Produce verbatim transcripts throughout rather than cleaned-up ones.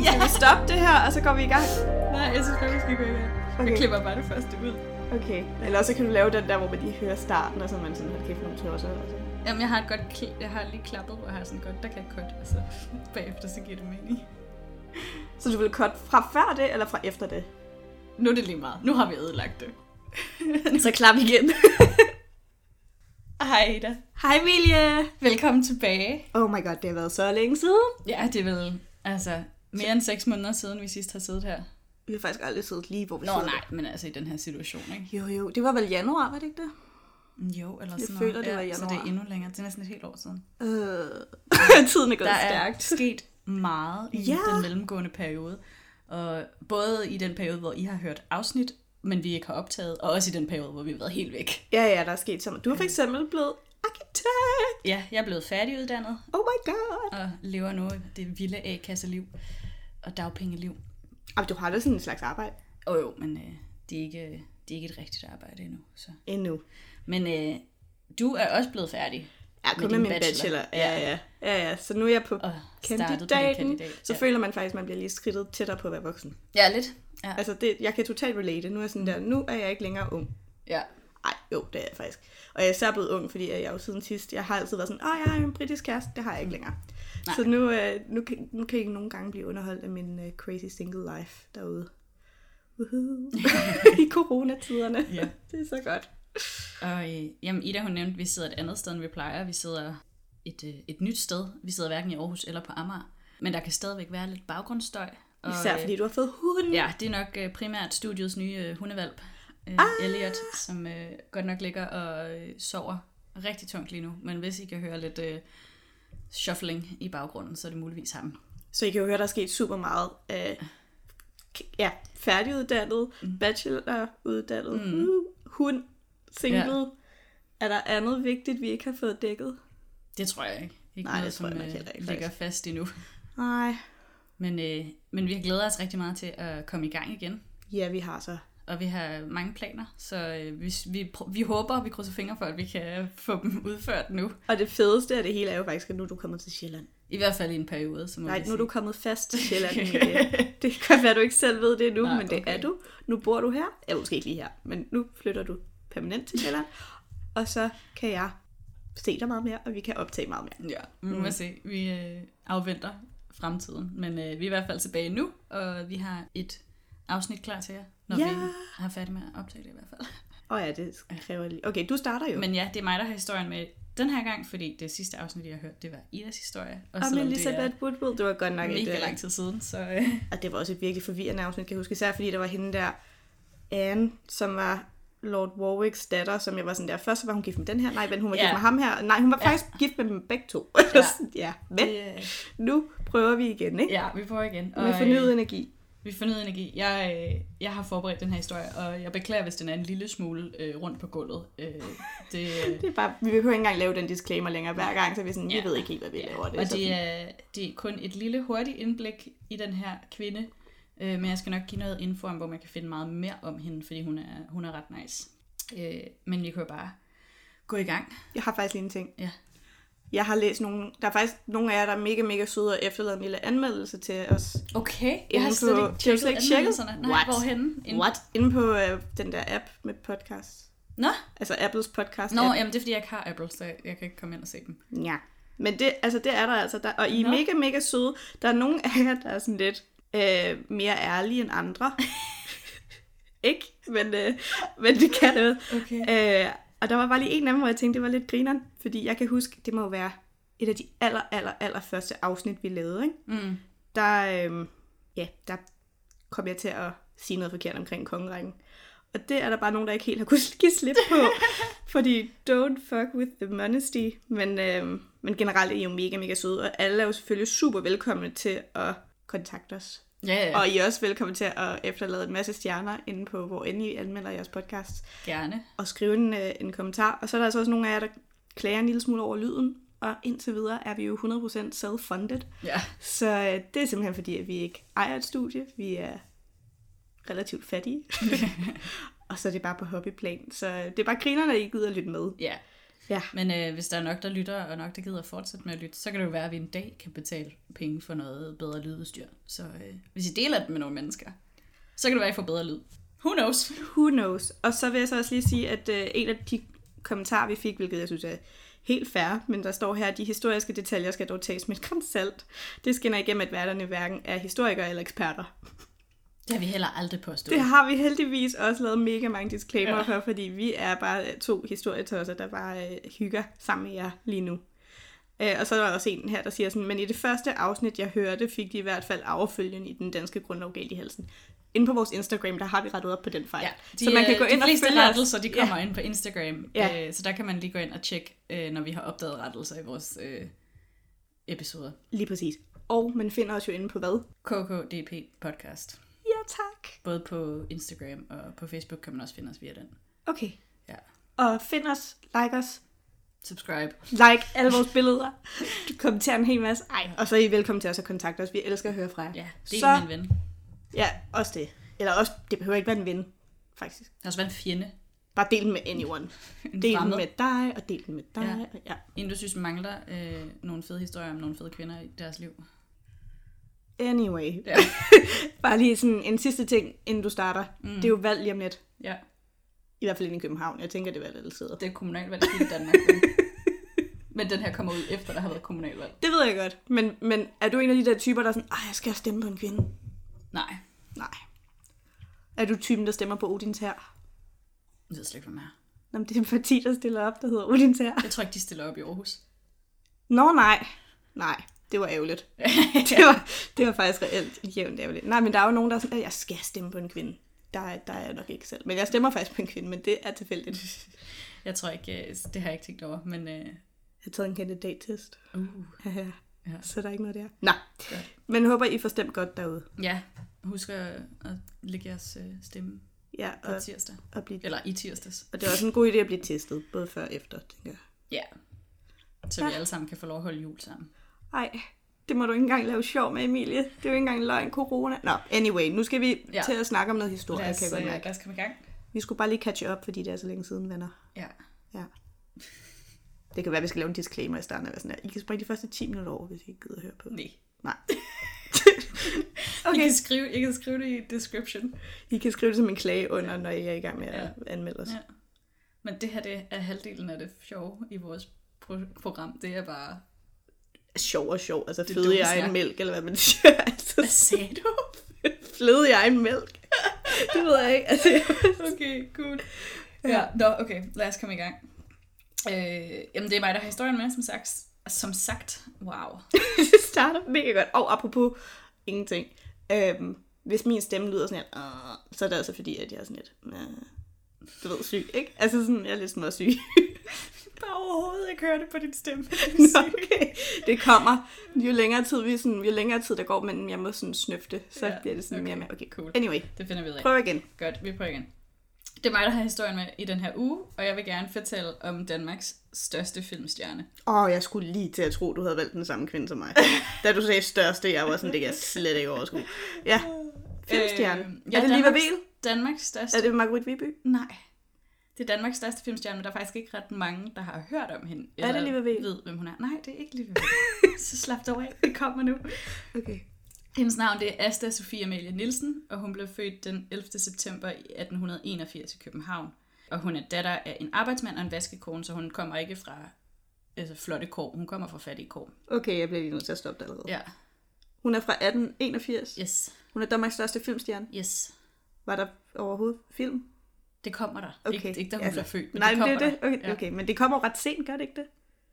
Ja. Skal vi stoppe det her, og så går vi i gang? Nej, jeg synes godt, vi skal gå i gang. Okay. Jeg klipper bare det første ud. Okay. Eller så kan du lave den der, hvor man lige hører starten, og så man sådan, har kæft nogle tørser. Og så. Jamen, jeg har et godt kl- jeg har lige klappet, hvor jeg har sådan godt, der kan jeg cut, og så bagefter, så giver det mening. Så du vil cut fra før det, eller fra efter det? Nu er det lige meget. Nu har vi ødelagt det. Så klap igen. Hej Ida. Hej Emilie. Velkommen tilbage. Oh my god, det har været så længe siden. Ja, det er vel altså mere end seks måneder siden, vi sidst har siddet her. Vi har faktisk aldrig siddet lige, hvor vi Nå, sidder. nej, men altså i den her situation, ikke? Jo, jo. Det var vel januar, var det ikke det? Jo, eller jeg sådan føler, noget. det var Ja, januar. så det er endnu længere. Det er næsten et helt år siden. Øh, tiden er gået der stærkt. Der er sket meget i ja. den mellemgående periode. Og både i den periode, hvor I har hørt afsnit, men vi ikke har optaget, og også i den periode, hvor vi har været helt væk. Ja, ja, der er sket sådan. Du er for eksempel blevet arkitekt. Ja, jeg er blevet færdiguddannet. Oh my god. Og lever nu det vilde A-kasseliv og dagpengeliv. Og du har da sådan en slags arbejde. Åh oh, jo, men øh, det, er ikke, det er ikke et rigtigt arbejde endnu. Så. Endnu. Men øh, du er også blevet færdig. Jeg er kun med min bachelor. bachelor. Ja, ja, ja, ja. Så nu er jeg på kandidaten. Kandidat. Så ja. Føler man faktisk, at man bliver lige skridtet tættere på at være voksen. Ja, lidt. Ja. Altså, det, jeg kan totalt relate. Nu er sådan der, nu er jeg ikke længere ung. Ja. Ej, jo, det er jeg faktisk. Og jeg er især blevet ung, fordi jeg er jo siden sidst, jeg har altid været sådan, åh, jeg har en britisk kæreste, det har jeg ikke længere. Nej. Så nu, øh, nu, kan, nu kan jeg nogle gange blive underholdt af min uh, crazy single life derude. I coronatiderne. Ja. Det er så godt. Og øh, jamen, Ida, hun nævnte, at vi sidder et andet sted, end vi plejer. Vi sidder et, øh, et nyt sted. Vi sidder hverken i Aarhus eller på Amager. Men der kan stadigvæk være lidt baggrundsstøj. Og, især fordi du har fået hund. Ja, det er nok øh, primært studiets nye øh, hundevalp, øh, ah. Elliot, som øh, godt nok ligger og øh, sover rigtig tungt lige nu. Men hvis I kan høre lidt øh, shuffling i baggrunden, så er det muligvis ham. Så I kan jo høre, der er sket super meget af ja, færdiguddannet, mm. bacheloruddannet, mm. hund, single. Ja. Er der andet vigtigt, vi ikke har fået dækket? Det tror jeg ikke. Ikke Nej, noget, det tror som jeg ikke, øh, ligger fast endnu. Nej. Men, øh, men vi glæder os rigtig meget til at komme i gang igen. Ja, vi har så. Og vi har mange planer, så øh, vi, vi, vi håber, vi krydser fingre for, at vi kan få dem udført nu. Og det fedeste af det hele er jo faktisk, at nu er du kommet til Sjælland. I hvert fald i en periode, så må Nej, vi nu er sige. du kommet fast til Sjælland. Det kan være, du ikke selv ved det nu, Nej, men det okay. er du. Nu bor du her. Ja, måske ikke lige her, men nu flytter du permanent til Sjælland. Og så kan jeg se dig meget mere, og vi kan optage meget mere. Ja, vi må mm. se. Vi øh, afventer fremtiden, men øh, vi er i hvert fald tilbage nu, og vi har et afsnit klar til jer, når ja. vi har færdig med at optage det i hvert fald. Åh oh ja, det kræver lige. Okay, du starter jo. Men ja, det er mig, der har historien med den her gang, fordi det sidste afsnit, jeg har hørt, det var Idas historie. Og med Elisabeth Woodward, det var godt nok mega et, lang tid siden. Så, øh. Og det var også et virkelig forvirrende afsnit, kan jeg huske. Især fordi der var hende der, Anne, som var Lord Warwicks datter, som jeg var sådan der. Først var hun gift med den her, nej, men hun var ja. gift med ham her. Nej, hun var ja. faktisk gift med dem begge to. Ja, ja. Men det, nu prøver vi igen, ikke? Ja, vi prøver igen. Og med fornyet energi. Vi fornyet energi. Jeg, øh, jeg har forberedt den her historie, og jeg beklager, hvis den er en lille smule øh, rundt på gulvet. Øh, det, det er bare, vi vil jo ikke engang lave den disclaimer længere hver gang, så vi sådan, ja. vi ved ikke helt, hvad vi ja. laver. Det og det er, det er kun et lille hurtigt indblik i den her kvinde, øh, men jeg skal nok give noget info om, hvor man kan finde meget mere om hende, fordi hun er, hun er ret nice. Øh, men vi kan jo bare gå i gang. Jeg har faktisk lige en ting. Ja. Jeg har læst nogle, der er faktisk nogle af jer, der er mega, mega søde og efterladet en lille anmeldelse til os. Okay, jeg har slet ikke tjekket anmeldelserne. Nej, What? hvorhenne? Inde... What? Inde på uh, den der app med podcast. Nå? Altså Apples podcast Nå, app. jamen det er fordi, jeg ikke har Apple, så jeg kan ikke komme ind og se dem. Ja, men det, altså, det er der altså. Der, og I er Nå. mega, mega søde. Der er nogle af jer, der er sådan lidt øh, mere ærlige end andre. Ikke? Men, øh, men det kan noget. Okay. Øh, Og der var bare lige en af dem, hvor jeg tænkte, det var lidt grineren, fordi jeg kan huske, det må jo være et af de aller, aller, aller første afsnit, vi lavede, ikke? Mm. Der, øhm, ja, der kom jeg til at sige noget forkert omkring kongerækken. Og det er der bare nogen, der ikke helt har kunnet give slip på, fordi don't fuck with the modesty. Men, øhm, men generelt er I jo mega, mega søde, og alle er jo selvfølgelig super velkomne til at kontakte os. Ja, ja. Og I er også velkommen til at efterlade en masse stjerner inde på, hvor end I anmelder jeres podcast. Gerne. Og skrive en, en kommentar. Og så er der altså også nogle af jer, der klager en lille smule over lyden. Og indtil videre er vi jo hundrede procent self-funded. Ja. Så øh, det er simpelthen fordi, at vi ikke ejer et studie. Vi er relativt fattige. Og så er det bare på hobbyplan. Så det er bare griner, når I gider lytte med. Ja. Ja. Men øh, hvis der er nok, der lytter, og nok, der gider at fortsætte med at lytte, så kan det jo være, at vi en dag kan betale penge for noget bedre lydudstyr. Så øh, hvis I deler det med nogle mennesker, så kan det være, at I får bedre lyd. Who knows? Who knows? Og så vil jeg så også lige sige, at øh, en af de kommentarer, vi fik, hvilket jeg synes er helt fair, men der står her, at de historiske detaljer skal dog tages med et gram salt. Det skinner igennem, at værterne hverken er historikere eller eksperter. Det har vi heller aldrig påstået. Det har vi heldigvis også lavet mega mange disclaimer ja. for, fordi vi er bare to historietosser, der bare øh, hygger sammen med jer lige nu. Øh, og så er der også en her, der siger sådan, men i det første afsnit, jeg hørte, fik de i hvert fald affølgen i den danske grundlov galt i halsen. Inde på vores Instagram, der har vi rettet op på den fejl. Ja, de, så man kan gå ind de fleste og følge rettelser, de kommer ja. ind på Instagram. Ja. Øh, så der kan man lige gå ind og tjekke, øh, når vi har opdaget rettelser i vores øh, episoder. Lige præcis. Og man finder os jo inde på hvad? K K D P Podcast. Ja, tak. Både på Instagram og på Facebook kan man også finde os via den. Okay. Ja. Og find os, like os. Subscribe. Like alle vores billeder. Kommenter en hel masse. Ej, og så er I velkommen til os at kontakte os. Vi elsker at høre fra jer. Ja, del så... med en ven. Ja, også det. Eller også, det behøver ikke være en ven, faktisk. Det kan også være en fjende. Bare del den med anyone. Del den med dig, og del den med dig. Ja. Ja. En, du synes mangler øh, nogle fede historier om nogle fede kvinder i deres liv. Anyway. Ja. Bare lige sådan en sidste ting, inden du starter. Mm. Det er jo valg lige om lidt. Ja. I hvert fald inde i København. Jeg tænker, det er valg alle steder. Det er kommunalvalg i hele Danmark. Men den her kommer ud efter, der har været kommunalvalg. Det ved jeg godt. Men, men er du en af de der typer, der er sådan, ej, jeg skal stemme på en kvinde? Nej. Nej. Er du typen, der stemmer på Odins Hær? Jeg ved slet ikke, hvad man er. Nå, men det er en parti, der stiller op, der hedder Odins Hær. Jeg tror ikke, de stiller op i Aarhus. Nå, nej. Nej, det var ærgerligt. det, var, det var faktisk reelt jævnt ærgerligt. Nej, men der er jo nogen, der er sådan, at jeg skal stemme på en kvinde. Der er, der er jeg nok ikke selv. Men jeg stemmer faktisk på en kvinde, men det er tilfældigt. Jeg tror ikke, det har jeg ikke tænkt over, men... Øh... Jeg har taget en kandidattest. Uh. ja. Ja. Så der er ikke noget der. Nej. Ja. Men håber, I får stemt godt derude. Ja, husk at, at lægge jeres øh, stemme ja, på og, tirsdag. Og blive... Eller i tirsdags. Og det er også en god idé at blive testet, både før og efter, tænker jeg. Ja, så ja. Vi alle sammen kan få lov at holde jul sammen. Ej, det må du ikke engang lave sjov med, Emilie. Det er jo ikke engang løgn corona. Nå, anyway, nu skal vi ja. til at snakke om noget historie, os, kan jeg godt mærke. Lad os komme i gang. Vi skulle bare lige catch up, fordi det er så længe siden, venner. Ja. Ja. Det kan være, at vi skal lave en disclaimer i starten af sådan her. I kan springe de første ti minutter over, hvis I ikke gider at høre på. Nej. Nej. Okay. I, kan skrive, I kan skrive det i description. I kan skrive det som en klage under, når I er i gang med at ja. anmelde os. Ja. Men det her, det er halvdelen af det sjove i vores pro- program. Det er bare... Sjov og sjov. Altså fløde i egen mælk, eller hvad man siger. Altså, hvad sagde du? Fløde i egen mælk. Det ved jeg ikke. Altså, okay, cool. Ja, nå, okay. Lad os komme i gang. Øh, jamen, det er mig, der har historien med, som sagt. Som sagt, wow. Det starter mega godt. Og apropos ingenting. Øhm, hvis min stemme lyder sådan her, øh, så er det altså fordi, at jeg er sådan lidt, øh, du ved, syg, ikke? Altså sådan, jeg er lidt små syg. Bare overhovedet ikke høre det på din stemme. Okay, det kommer. Jo længere tid, vi sådan, jo længere tid der går, men jeg må sådan snøfte, så ja, bliver det sådan okay, mere med. Okay, cool. Anyway, det finder vi ud af. Prøv igen. Godt, vi prøver igen. Det er mig, der har historien med i den her uge, og jeg vil gerne fortælle om Danmarks største filmstjerne. Åh, oh, jeg skulle lige til at tro, du havde valgt den samme kvinde som mig. Da du sagde største, jeg var sådan, det kan jeg slet ikke overskue. Ja, filmstjerne. Øh, ja, er det Liva Weel? Danmarks største. Er det Marguerite Viby? Nej. Det er Danmarks største filmstjerne, men der er faktisk ikke ret mange, der har hørt om hende. Er det Liva Weel? Ved, hvem hun er. Nej, det er ikke Liva Weel. Så slap dog af, det kommer nu. Okay. Hendes navn det er Asta Sofie Amalie Nielsen, og hun blev født den ellevte september atten enogfirs i København. Og hun er datter af en arbejdsmand og en vaskekone, så hun kommer ikke fra altså, flotte kår. Hun kommer fra fattige kår. Okay, jeg bliver lige nødt til at stoppe det allerede. Ja. Hun er fra atten enogfirs? Yes. Hun er Danmarks største filmstjerne? Yes. Var der overhovedet film? Det kommer der. Okay. Ikke, ikke da hun altså, blev født, men nej, det kommer det er det. Okay, der. okay, men det kommer jo ret sent, gør det ikke det?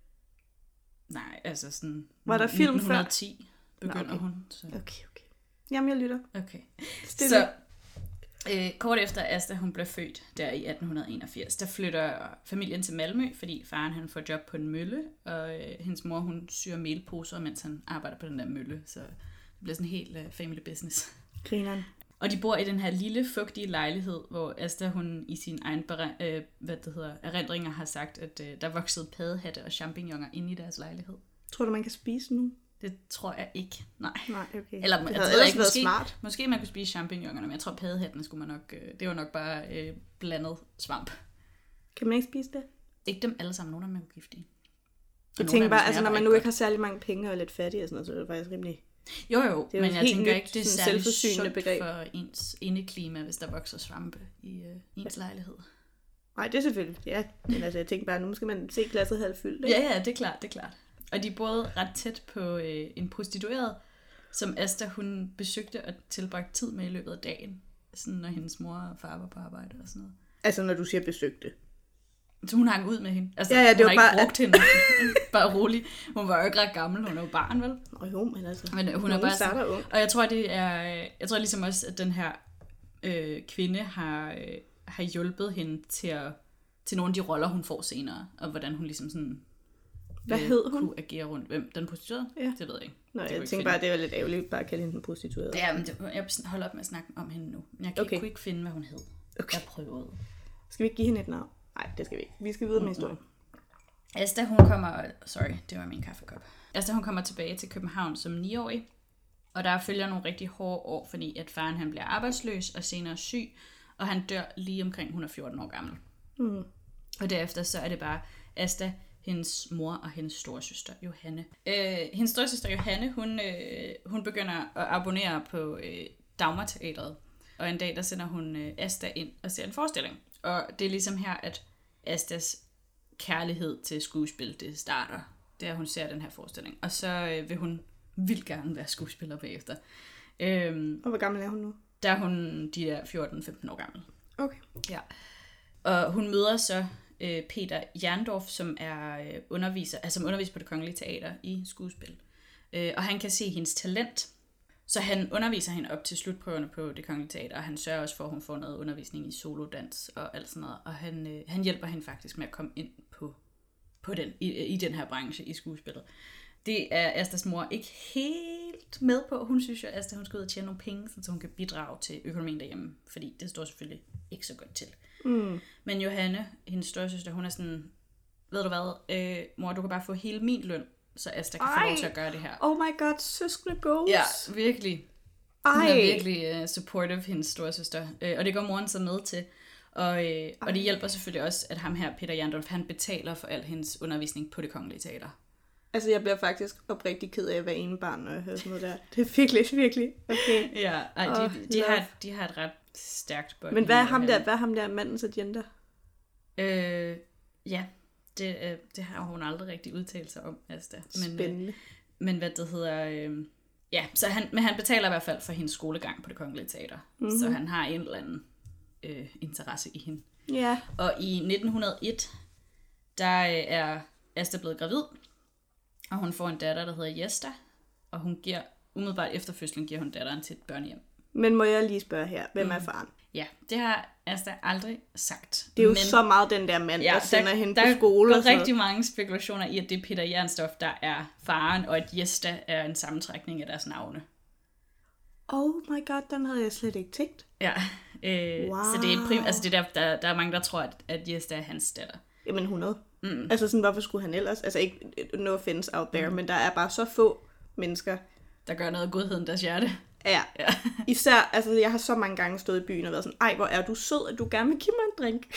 Nej, altså sådan... Var der film nitten ti før? Begynder Nå, okay. hun. Så. Okay, okay. Jamen, jeg lytter. Okay. Stille. Så øh, kort efter Asta, hun blev født der i atten enogfirs, der flytter familien til Malmø, fordi faren han får job på en mølle, og øh, hendes mor hun syr melposer, mens han arbejder på den der mølle, så det bliver sådan en helt øh, family business. Grineren. Og de bor i den her lille, fugtige lejlighed, hvor Asta hun i sin egen bere- øh, hvad det hedder, erindringer har sagt, at øh, der voksede paddehatte og champignoner inde i deres lejlighed. Tror du, man kan spise nu? Det tror jeg ikke. Nej. Nej, okay. Eller, det jeg havde ved ikke, været måske, smart. Måske man kunne spise champignonerne, men jeg tror paddehattene skulle man nok, øh, det var nok bare øh, blandet svamp. Kan man ikke spise det? Ikke dem alle sammen, nogen af dem er giftige. Jeg tænker bare, altså når man nu ikke har særlig mange penge og er lidt fattig og sådan noget, så er det faktisk rimelig... Jo jo, det er men jeg tænker nyt, ikke, det er særlig sundt begreb. for ens indeklima, hvis der vokser svampe i uh, ens ja. lejlighed. Nej, det er selvfølgelig, ja. Men altså, jeg tænker bare, nu skal man se glasset halvt fyldt, ikke? Ja, ja, det er klart, det er klart. Og de boede ret tæt på øh, en prostitueret, som Asta, hun besøgte og tilbragte tid med i løbet af dagen. Sådan når hendes mor og far var på arbejde og sådan noget. Altså når du siger besøgte? Så hun hang ud med hende. Altså, ja, ja, det hun var har bare... ikke brugt hende. Bare rolig. Hun var jo ikke ret gammel, hun er jo barn, vel? Nå jo, men altså... Men hun er bare sådan, og jeg tror, det er... Jeg tror ligesom også, at den her øh, kvinde har, øh, har hjulpet hende til, at, til nogle af de roller, hun får senere. Og hvordan hun ligesom sådan... Hvad øh, hed hun? Kunne agere rundt. Hvem? Den prostituerede? Ja. Det ved jeg ikke. Nå, det jeg tænker bare, det var lidt ærgerligt bare at kalde hende den prostituerede. Ja, men det, jeg holder op med at snakke om hende nu. Men jeg kan okay. ikke, ikke finde, hvad hun hed. Okay. Jeg prøvede. Skal vi ikke give hende et navn? Nej, det skal vi ikke. Vi skal videre med mm-hmm. historien. Asta, hun kommer... Sorry, det var min kaffekop. Asta, hun kommer tilbage til København som niårig. Og der følger nogle rigtig hårde år, fordi at faren han bliver arbejdsløs og senere syg. Og han dør lige omkring, hun er fjorten år gammel. Mm. Og derefter så er det bare Asta, hendes mor og hendes storesøster Johanne. Øh, hendes storesøster Johanne, hun, øh, hun begynder at abonnere på øh, Dagmarteatret. Og en dag, der sender hun øh, Asta ind og ser en forestilling. Og det er ligesom her, at Astas kærlighed til skuespil, det starter. Det er, hun ser den her forestilling. Og så øh, vil hun vildt gerne være skuespiller bagefter. Øhm, og hvor gammel er hun nu? Der er hun de der fjorten femten år gammel. Okay. Ja. Og hun møder så øh, Peter Jerndorf, som er øh, underviser, altså som underviser på Det Kongelige Teater i skuespil. Øh, og han kan se hendes talent. Så han underviser hende op til slutprøverne på Det Kongelige Teater, og han sørger også for, at hun får noget undervisning i solodans og alt sådan noget. Og han, øh, han hjælper hende faktisk med at komme ind på, på den, i, i den her branche i skuespillet. Det er Astas mor ikke helt med på. Hun synes jo, at Asta hun skal ud og tjene nogle penge, så hun kan bidrage til økonomien derhjemme, fordi det står selvfølgelig ikke så godt til. Mm. Men Johanne, hendes storesøster, hun er sådan, ved du hvad, øh, mor, du kan bare få hele min løn, så Asta kan Ej. få lov til at gøre det her. Oh my god, søskende goals. Ja, virkelig. Ej. Hun er virkelig uh, supportive, hendes storesøster. Uh, og det går moren så med til. Og, uh, og det hjælper selvfølgelig også, at ham her, Peter Jerndorf, han betaler for al hendes undervisning på Det Kongelige Teater. Altså, jeg bliver faktisk oprigtig ked af at være ene barn, når jeg hører sådan noget der. Det er virkelig, virkelig. Okay. Ja, ej, de, oh, de, har, de har et ret stærkt bånd. Men hvad er ham der, hvad er ham der mandens agenda? Øh, ja, det, øh, det har hun aldrig rigtig udtalt sig om, Asta. Men, Spændende. Øh, men hvad det hedder... Øh, ja, så han, men han betaler i hvert fald for hendes skolegang på Det Kongelige Teater. Mm-hmm. Så han har en eller anden øh, interesse i hende. Ja. Yeah. Og i nitten hundrede og et, der er Asta blevet gravid. Og hun får en datter, der hedder Jesta. Og hun giver, umiddelbart efter fødslen, giver hun datteren til et børnehjem. Men må jeg lige spørge her, hvem mm. er faren? Ja, det har Asta aldrig sagt. Det er jo men, så meget den der mand, ja, der sender der, hende der på skole. Der er rigtig mange spekulationer i, at det er Peter Jerndorf, der er faren, og at Jesta er en sammentrækning af deres navne. Oh my god, den havde jeg slet ikke tænkt. Ja, øh, wow. Så det er prim, altså det der, der, der er mange, der tror, at, at Jesta er hans datter. Jamen hundrede. Mm. Altså sådan, hvorfor skulle han ellers? Altså ikke no offense out there, mm. men der er bare så få mennesker, der gør noget af godheden deres hjerte. Ja. ja. Især, altså jeg har så mange gange stået i byen og været sådan, ej hvor er du sød, at du gerne vil give mig en drink.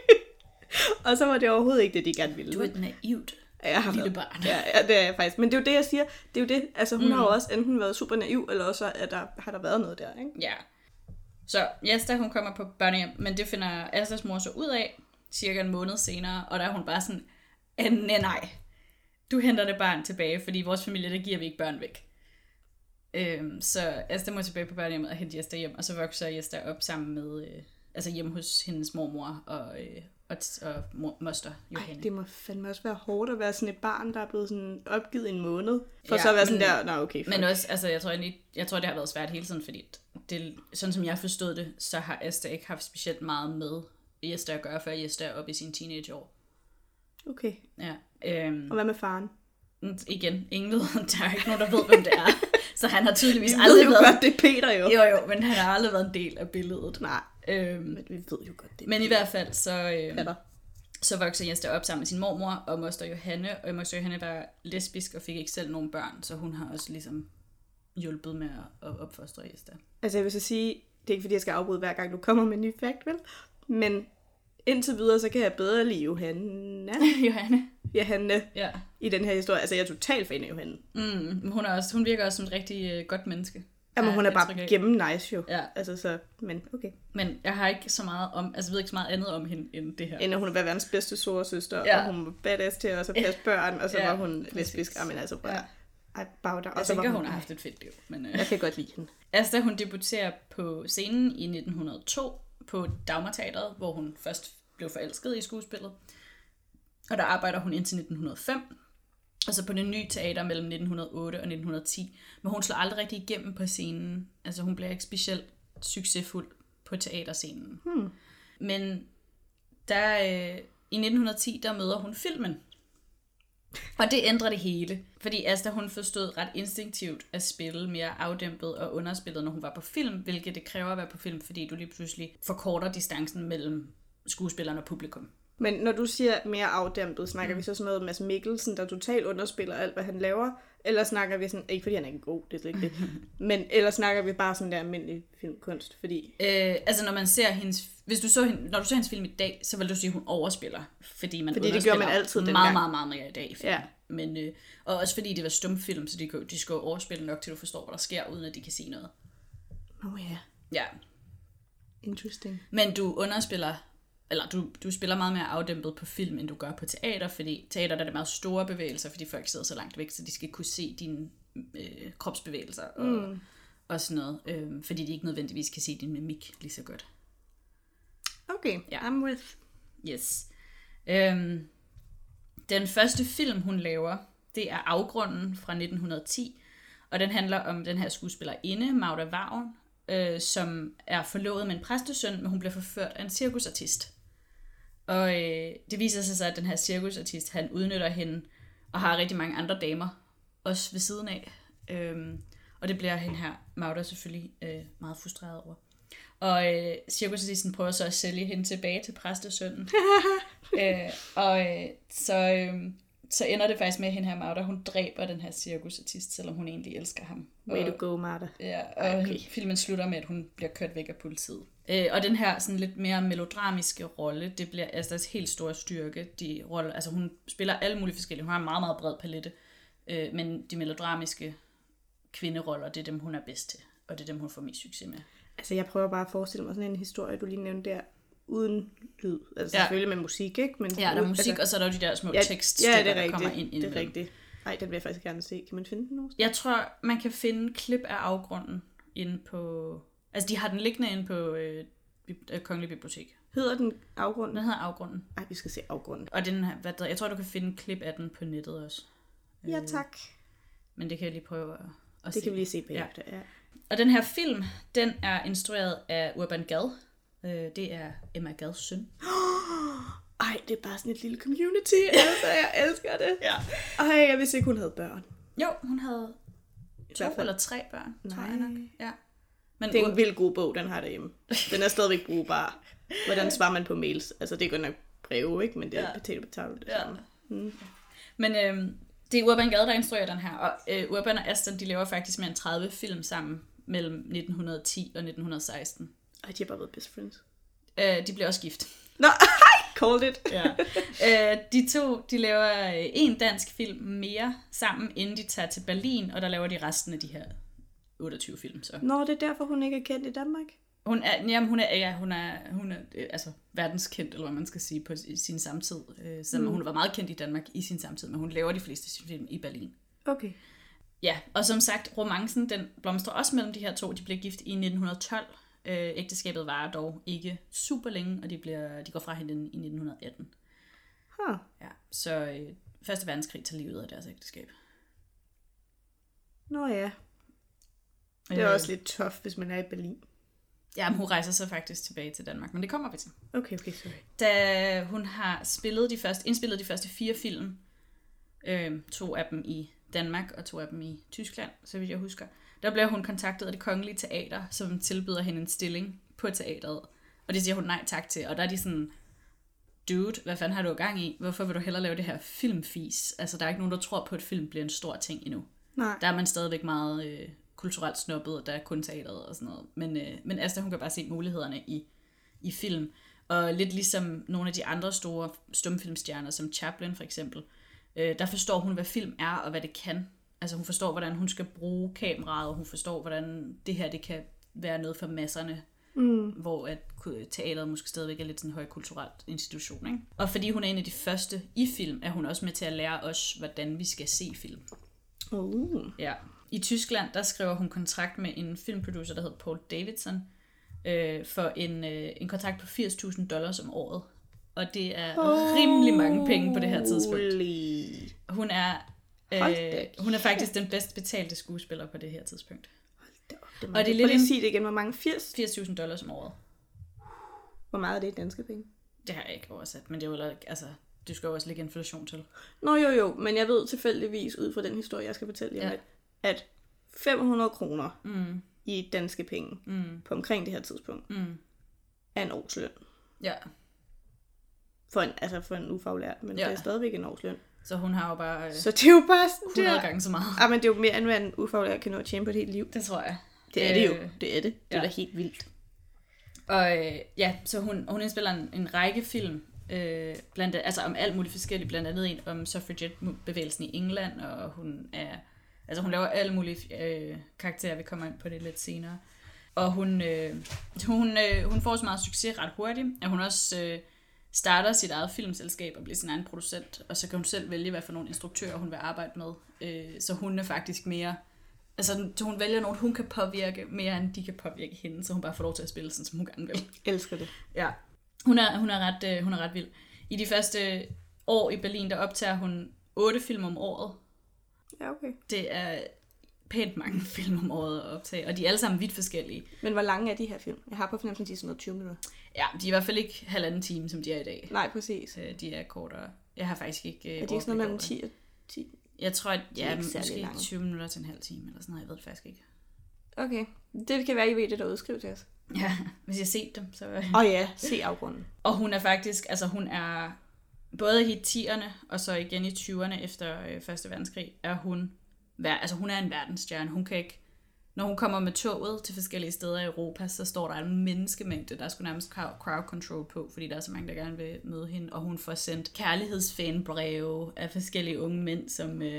Og så var det overhovedet ikke det, de gerne ville. Du er et naivt ja, lille barn. Ja, ja, det er jeg faktisk. Men det er jo det, jeg siger. Det er jo det, altså hun mm. har jo også enten været super naiv, eller også er der, har der været noget der, ikke? Ja. Så Jesta, hun kommer på børnehjem, men det finder Astas mor så ud af, cirka en måned senere, og der er hun bare sådan, nej, nej, du henter det barn tilbage, fordi i vores familie, der giver vi ikke børn væk. Øhm, så Asta må tilbage på børnehjemmet og hente Jesta hjem, og så vokser Jesta op sammen med, øh, altså hjemme hos hendes mormor og, øh, og, og mor, moster Johanne. Ej, det må fandme også være hårdt at være sådan et barn, der er blevet sådan opgivet en måned, for ja, så at være men, sådan der, nå okay. Men også, altså jeg tror, jeg, jeg tror, det har været svært hele tiden, fordi det, sådan som jeg forstod det, så har Asta ikke haft specielt meget med Jesta at gøre, før Jesta er oppe i sine teenageår. Okay. Ja. Øhm, og hvad med faren? Igen, ingen ved, der er ikke nogen, der ved, hvem det er. Så han har tydeligvis vi aldrig ved jo været... godt, det er Peter jo. Jo jo, men han har aldrig været en del af billedet. Nej, øhm, men vi ved jo godt det. Men i hvert fald, så, øhm, ja, så vokser Jesta op sammen med sin mormor og moster Johanne. Og moster Johanne var lesbisk og fik ikke selv nogen børn, så hun har også ligesom hjulpet med at opfostre Jesta. Altså jeg vil så sige, det er ikke fordi, jeg skal afbryde hver gang, du kommer med en ny fact, vel? Men indtil videre, så kan jeg bedre lide Johanna. Johanne. Johanne Ja. i den her historie. Altså, jeg er totalt fan af Johanne. Mm, hun, er også, hun virker også som et rigtig uh, godt menneske. Jamen, hun er bare gennem nice jo. Ja. Altså, så, men okay. Men jeg har ikke så meget om, altså jeg ved ikke så meget andet om hende end det her. End at hun er verdens bedste storesøster, Ja. og hun var badass til også at passe børn, og så Ja, var hun præcis. lesbisk. Jamen, altså bare... Ja. Ej, bagder. Jeg tænker, hun har haft et fedt liv. Men, uh... Jeg kan godt lide hende. Asta, hun debuterer på scenen i nitten hundrede og to på Dagmarteatret, hvor hun først blev forelsket i skuespillet. Og der arbejder hun indtil nitten hundrede og fem. Og så på det nye teater mellem nitten hundrede og otte og nitten hundrede og ti. Men hun slår aldrig rigtig igennem på scenen. Altså hun bliver ikke specielt succesfuld på teaterscenen. Hmm. Men der, øh, i nitten hundrede og ti, der møder hun filmen. Og det ændrer det hele. Fordi Asta, hun forstod ret instinktivt at spille mere afdæmpet og underspillet, når hun var på film. Hvilket det kræver at være på film, fordi du lige pludselig forkorter distancen mellem skuespilleren og publikum. Men når du siger mere afdæmpet, snakker mm. vi så sådan noget med Mads Mikkelsen, der totalt underspiller alt, hvad han laver? Eller snakker vi sådan, ikke fordi han er ikke god, det er slet ikke det, men eller snakker vi bare sådan der almindelig filmkunst, fordi... Øh, altså når man ser hendes, hvis du så hende, når du ser hendes film i dag, så vil du sige, at hun overspiller, fordi man fordi det gør man altid meget, dengang. meget, meget mere i dag i film. Ja. Men, øh, og også fordi det var stumfilm, så de, de skulle overspille nok til, du forstår, hvad der sker, uden at de kan sige noget. Oh ja. Yeah. Ja. Interesting. Men du underspiller, eller du, du spiller meget mere afdæmpet på film, end du gør på teater, fordi teater der er det meget store bevægelser, fordi folk sidder så langt væk, så de skal kunne se dine øh, kropsbevægelser og, mm. og sådan noget, øh, fordi de ikke nødvendigvis kan se din mimik lige så godt. Okay, ja. I'm with. Yes. Øhm, den første film, hun laver, det er Afgrunden fra nitten hundrede og ti, og den handler om den her skuespillerinde, Magda Wagn, øh, som er forlovet med en præstesøn, men hun bliver forført af en cirkusartist. Og øh, det viser sig så, at den her cirkusartist, han udnytter hende, og har rigtig mange andre damer, også ved siden af. Øhm, og det bliver hende her, Magda, selvfølgelig øh, meget frustreret over. Og øh, cirkusartisten prøver så at sælge hende tilbage til præstesønnen. øh, og øh, så, øh, så ender det faktisk med, at hende her Magda, hun dræber den her cirkusartist, selvom hun egentlig elsker ham. Way to go, Magda. Ja, og okay. Filmen slutter med, at hun bliver kørt væk af politiet. Øh, og den her sådan lidt mere melodramiske rolle, det bliver Astas helt store styrke. De roller, altså hun spiller alle mulige forskellige. Hun har en meget, meget bred palette. Øh, men de melodramiske kvinderoller, det er dem, hun er bedst til. Og det er dem, hun får mest succes med. Altså, jeg prøver bare at forestille mig sådan en historie, du lige nævnte der, uden lyd. Altså, ja. Selvfølgelig med musik, ikke? Men ja, der er musik, altså, og så er der jo de der små ja, tekststykker, ja, der kommer ind. Ja, det er rigtigt. Ej, den vil jeg faktisk gerne se. Kan man finde den nu? Jeg tror, man kan finde klip af Afgrunden inde på... Altså, de har den liggende inde på øh, Kongelige Bibliotek. Hedder den Afgrunden? Den hedder Afgrunden. Ej, vi skal se Afgrunden. Og den, hvad der, jeg tror, du kan finde klip af den på nettet også. Ja, tak. Men det kan jeg lige prøve at, at det se. Det kan vi lige se bagefter, ja. ja. Og den her film, den er instrueret af Urban Gad. Det er Emma Gads søn. Ej, det er bare sådan et lille community. Altså, jeg elsker det. Ja. Ej, jeg vidste ikke, hun havde børn. Jo, hun havde to eller tre børn, Nej. tror jeg nok. Ja. Men det er en vildt god bog, den har derhjemme. Den er stadigvæk brugbar. Hvordan svarer man på mails? Altså, det er godt nok breve, ikke? Men det er ja. potato potato det ja. samme. Mm. Men øhm, det er Urban Gad, der instruerer den her. Og øh, Urban og Asta, de laver faktisk mere end tredive film sammen mellem nitten hundrede og ti og nitten seksten. Ej, de har bare været best friends. Øh, de bliver også gift. Nå, called it. Ja. Øh, de to, de laver en dansk film mere sammen, inden de tager til Berlin, og der laver de resten af de her otteogtyve film. Så. Nå, det er derfor, hun ikke er kendt i Danmark? Hun er, jamen, hun er, ja, hun er, hun er altså, verdenskendt, eller hvad man skal sige, på sin samtid. Øh, så mm. Hun var meget kendt i Danmark i sin samtid, men hun laver de fleste film i Berlin. Okay. Ja, og som sagt, romancen, den blomstrer også mellem de her to. De blev gift i nitten tolv. Øh, ægteskabet varer dog ikke super længe, og de, bliver, de går fra hinanden i nitten atten. Huh. Ja, så øh, første verdenskrig tager livet af deres ægteskab. Nå ja. Det er øh, også lidt tough, hvis man er i Berlin. Ja, men hun rejser så faktisk tilbage til Danmark, men det kommer vi til. Okay, okay, sorry. Da hun har spillet de første, indspillet de første fire film, øh, to af dem i Danmark og to af dem i Tyskland, så vidt jeg husker, der bliver hun kontaktet af Det Kongelige Teater, som tilbyder hende en stilling på teateret. Og det siger hun nej tak til. Og der er de sådan, dude, hvad fanden har du i gang i? Hvorfor vil du hellere lave det her filmfis? Altså, der er ikke nogen, der tror på, at film bliver en stor ting endnu. Nej. Der er man stadigvæk meget øh, kulturelt snobbet, og der er kun teateret og sådan noget. Men, øh, men Asta, hun kan bare se mulighederne i, i film. Og lidt ligesom nogle af de andre store stumfilmstjerner, som Chaplin for eksempel, øh, der forstår hun, hvad film er og hvad det kan. Altså hun forstår, hvordan hun skal bruge kameraet, og hun forstår, hvordan det her det kan være noget for masserne. Mm. Hvor at teateret måske stadigvæk er lidt sådan en højkulturelt institution. Ikke? Og fordi hun er en af de første i film, er hun også med til at lære os, hvordan vi skal se film. Uh. Ja. I Tyskland, der skriver hun kontrakt med en filmproducer, der hedder Paul Davidson, øh, for en, øh, en kontrakt på firs tusind dollars om året. Og det er oh. rimelig mange penge på det her tidspunkt. Hun er, øh, hun er faktisk den bedst betalte skuespiller på det her tidspunkt. Det er og det er lidt en... sige det igen, hvor mange? firs? firs tusind dollars om året. Hvor meget er det i danske penge? Det har jeg ikke oversat, men det er jo altså, du skal jo også lægge inflation til. Nå jo jo, men jeg ved tilfældigvis ud fra den historie, jeg skal fortælle jer, ja. at fem hundrede kroner mm. i danske penge mm. på omkring det her tidspunkt mm. er en årsløn. Ja. For en, altså for en ufaglært, men ja. Det er stadigvæk en årsløn. Så hun har jo bare, øh, så det er jo bare hundrede gange så meget. Ja, men det er jo mere, end hvad en ufaglært kan nå at tjene på et helt liv. Det tror jeg. Det er det jo. Det er det. Det er ja. Da helt vildt. Og øh, ja, så hun, hun indspiller en, en række film, øh, blandt, altså om alt muligt forskelligt, blandt andet en om suffragette-bevægelsen i England, og hun er, altså hun laver alle mulige øh, karakterer, vi kommer ind på det lidt senere. Og hun, øh, hun, øh, hun får så meget succes ret hurtigt, at hun også øh, starter sit eget filmselskab og bliver sin egen producent, og så kan hun selv vælge, hvad for nogle instruktører hun vil arbejde med. Øh, så hun er faktisk mere... Altså, hun vælger nogen, hun kan påvirke mere, end de kan påvirke hende, så hun bare får lov til at spille sådan, som hun gerne vil. Elsker det. Ja. Hun er, hun er, ret, hun er ret vild. I de første år i Berlin, der optager hun otte film om året. Ja, okay. Det er pænt mange film om året at optage, og de er alle sammen vidt forskellige. Men hvor lange er de her film? Jeg har på fornemmelsen, de er sådan noget tyve minutter. Ja, de er i hvert fald ikke halvanden time, som de er i dag. Nej, præcis. De er kortere. Jeg har faktisk ikke... Er de ikke sådan noget mellem ti og ti? Jeg tror, at ja, måske lange. tyve minutter til en halv time, eller sådan noget. Jeg ved det faktisk ikke. Okay. Det kan være, I ved det, der udskriver til os. Ja, hvis jeg har set dem, så... Åh oh ja, se afgrunden. Og hun er faktisk, altså hun er... Både i tierne, og så igen i tyverne efter øh, første verdenskrig, er hun... Altså hun er en verdensstjerne. Hun kan ikke... Når hun kommer med toget til forskellige steder i Europa, så står der en menneskemængde, der skulle nærmest crowd control på, fordi der er så mange, der gerne vil møde hende. Og hun får sendt kærlighedsfanbreve af forskellige unge mænd, som øh,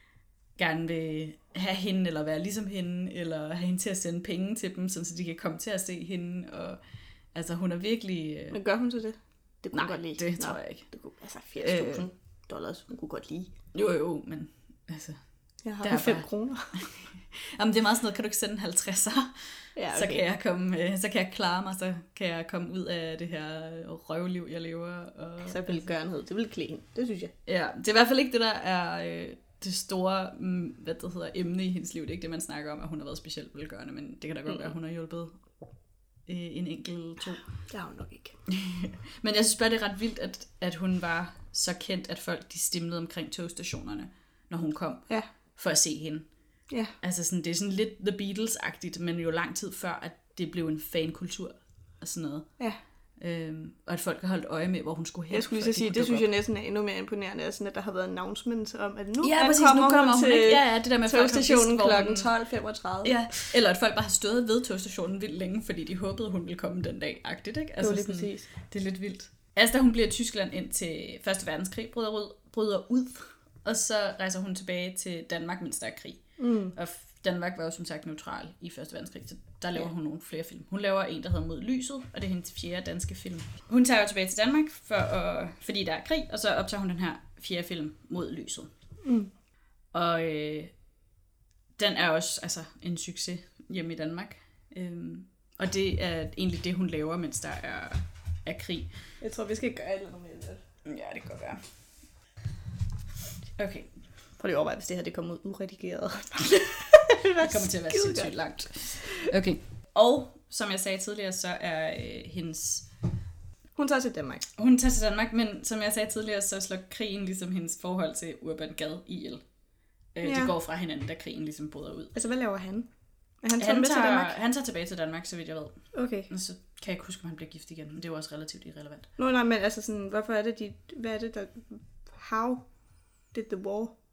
gerne vil have hende, eller være ligesom hende, eller have hende til at sende penge til dem, så de kan komme til at se hende. Og, altså hun er virkelig... Øh... Men gør hun så det? Det kunne Nej, godt lide. det tror jeg ikke. Det kunne, altså firs tusind øh... dollars, hun kunne godt lide. Jo jo, men altså... Jeg har fem bare... kroner. Jamen det er meget sådan noget, kan du ikke sende halvtredser? Ja, okay. Så kan jeg komme, så kan jeg klare mig, så kan jeg komme ud af det her røvliv, jeg lever. Og, så vil gøre noget. Det vil klæde hende. Det synes jeg. Ja, det er i hvert fald ikke det, der er øh, det store, hvad det hedder, emne i hendes liv. Det er ikke det, man snakker om, at hun har været specielt velgørende, men det kan da godt mm. være, at hun har hjulpet øh, en enkelt to. Det har hun nok ikke. Men jeg synes bare, det er ret vildt, at, at hun var så kendt, at folk de stimlede omkring togstationerne, når hun kom. Ja. For at se hende. Ja. Altså sådan, det er sådan lidt The Beatles-agtigt, men jo lang tid før, at det blev en fankultur og sådan noget. Ja. Øhm, og at folk har holdt øje med, hvor hun skulle hen. Jeg skulle lige sige, det synes jeg næsten er endnu mere imponerende, sådan, at der har været announcement om, at nu, ja, præcis, kommer, nu kommer hun til ikke. Ja, ja, det der med togstationen klokken tolv femogtredive. Ja, eller at folk bare har stået ved togstationen vildt længe, fordi de håbede, hun ville komme den dag, agtigt, ikke? Altså, det er lige sådan, præcis. Det er lidt vildt. Altså, da hun bliver i Tyskland ind til første verdenskrig, bryder ud, bryder ud og så rejser hun tilbage til Danmark, mens der er krig. Mm. Og Danmark var jo som sagt neutral i første verdenskrig, så der laver ja. hun nogle flere film. Hun laver en, der hedder Mod lyset, og det er hendes fjerde danske film. Hun tager jo tilbage til Danmark, for at, fordi der er krig, og så optager hun den her fjerde film, Mod lyset. Mm. Og øh, den er også altså, en succes hjemme i Danmark. Øhm, og det er egentlig det, hun laver, mens der er, er krig. Jeg tror, vi skal gøre alt noget med det. Ja, det kan godt være. Okay. Prøv lige at overveje, hvis det her det kommer ud uredigeret. Det kommer til at være sindssygt langt. Okay. Og som jeg sagde tidligere, så er øh, hendes... Hun tager til Danmark. Hun tager til Danmark, men som jeg sagde tidligere, så slår krigen ligesom hendes forhold til Urban Gad ihjel. Øh, ja. De går fra hinanden, da krigen ligesom bryder ud. Altså, hvad laver han? Er han, han, tager, til Danmark? Han tager tilbage til Danmark, så vidt jeg ved. Okay. Og så kan jeg ikke huske, om han bliver gift igen, men det er jo også relativt irrelevant. Nå, nej, men altså sådan, hvorfor er det, de... Hvad er det, der... How did the war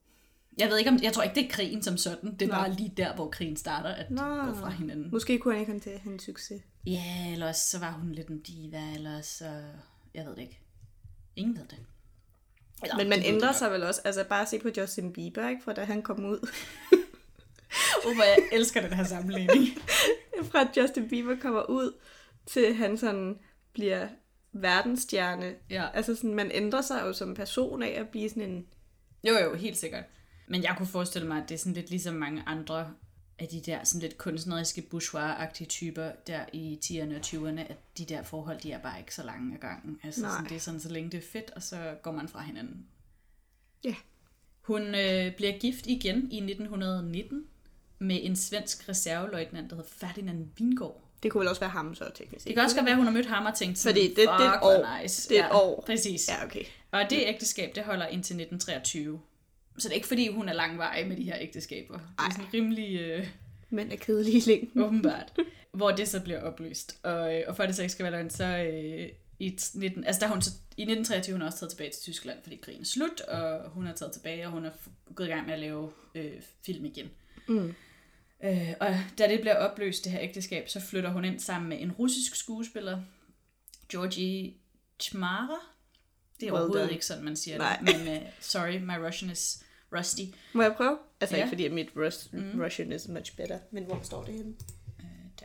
Jeg ved ikke, om jeg tror ikke, det er krigen som sådan. Det er bare lige der, hvor krigen starter, at Nå. de går fra hinanden. Måske kunne han ikke håndtere hendes succes. Ja, eller også så var hun lidt en diva, eller så... Jeg ved det ikke. Ingen ved det. Eller, men man ændrer sig vel også. Altså bare se på Justin Bieber, ikke? Fra da han kom ud. Uh, hvor jeg elsker den her sammenligning. Fra at Justin Bieber kommer ud, til han sådan bliver verdensstjerne. Ja. Altså sådan, man ændrer sig jo som person af at blive sådan en... Jo, jo, helt sikkert. Men jeg kunne forestille mig, at det er sådan lidt ligesom mange andre af de der sådan lidt kunstneriske, bourgeois-agtige typer der i tierne og tyverne, at de der forhold, de er bare ikke så lange af gangen. Altså sådan, det er sådan, så længe det er fedt, og så går man fra hinanden. Ja. Yeah. Hun øh, bliver gift igen i nitten nitten med en svensk reserveløjtnant, der hedder Ferdinand Wingårdh. Det kunne vel også være ham så teknisk. Det kan også godt være, at hun har mødt ham og tænkt sådan, fordi det, det er et år. Nice. Det er et ja, år. Præcis. Ja, okay. Og det ægteskab, det holder indtil nitten treogtyve. Så det er ikke fordi, hun er langvarig med de her ægteskaber. Det er sådan rimelig... Øh, Mænd er kedelige i længden. Åbenbart. Hvor det så bliver opløst. Og, og for det så ikke skal være løgn, så øh, i, nitten, altså der hun så, i nitten treogtyve hun er også taget tilbage til Tyskland, fordi krigen er slut, og hun er taget tilbage, og hun er gået i gang med at lave øh, film igen. Mm. Øh, og da det bliver opløst, det her ægteskab, så flytter hun ind sammen med en russisk skuespiller, Georgi Chmara. Det er well overhovedet done. Ikke sådan, man siger Nej. det. Men uh, sorry, my Russian is rusty. Må jeg prøve? Altså ja. ikke fordi, at mit Rus- mm. Russian is much better. Men hvor står det henne? Uh, der.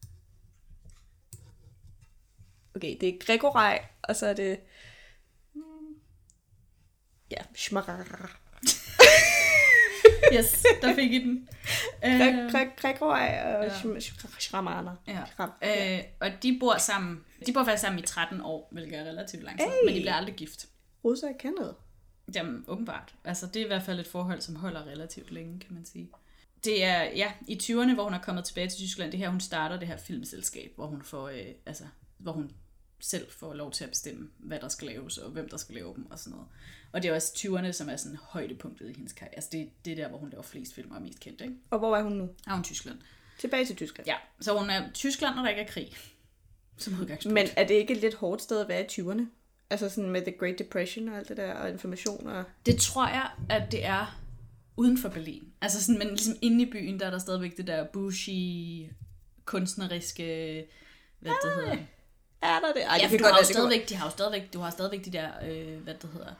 Okay, det er Gregorej, og så er det... Ja, Schmarrrr. Yes, der fik I den. Gregorej og Schramana. Ja. Og de bor sammen. De bor faktisk sammen i tretten år, hvilket er relativt lang tid. Hey. Men de bliver aldrig gift. Russer kan noget. Jamen, åbenbart. Altså, det er i hvert fald et forhold, som holder relativt længe, kan man sige. Det er, ja, i tyverne, hvor hun er kommet tilbage til Tyskland, det her, hun starter det her filmselskab, hvor hun får, øh, altså, hvor hun selv får lov til at bestemme, hvad der skal laves, og hvem der skal lave dem, og sådan noget. Og det er også tyverne, som er sådan højdepunktet i hendes karriere. Altså, det, det er der, hvor hun laver flest film og er mest kendt, ikke? Og hvor er hun nu? Er hun i Tyskland. Tilbage til Tyskland? Ja, så hun er i Tyskland, når der ikke er krig. Som udgangspunkt. Men er det ikke et lidt hårdt sted at være i tyverne? Altså sådan med The Great Depression og alt det der, og information og... Det tror jeg, at det er uden for Berlin. Altså sådan, men ligesom inde i byen, der er der stadigvæk det der bougie, kunstneriske, hvad det hedder. Er der det? Ej, ja, det for kan du godt har, være, stadigvæk, de har jo stadigvæk, du har stadigvæk de der, øh, hvad det hedder,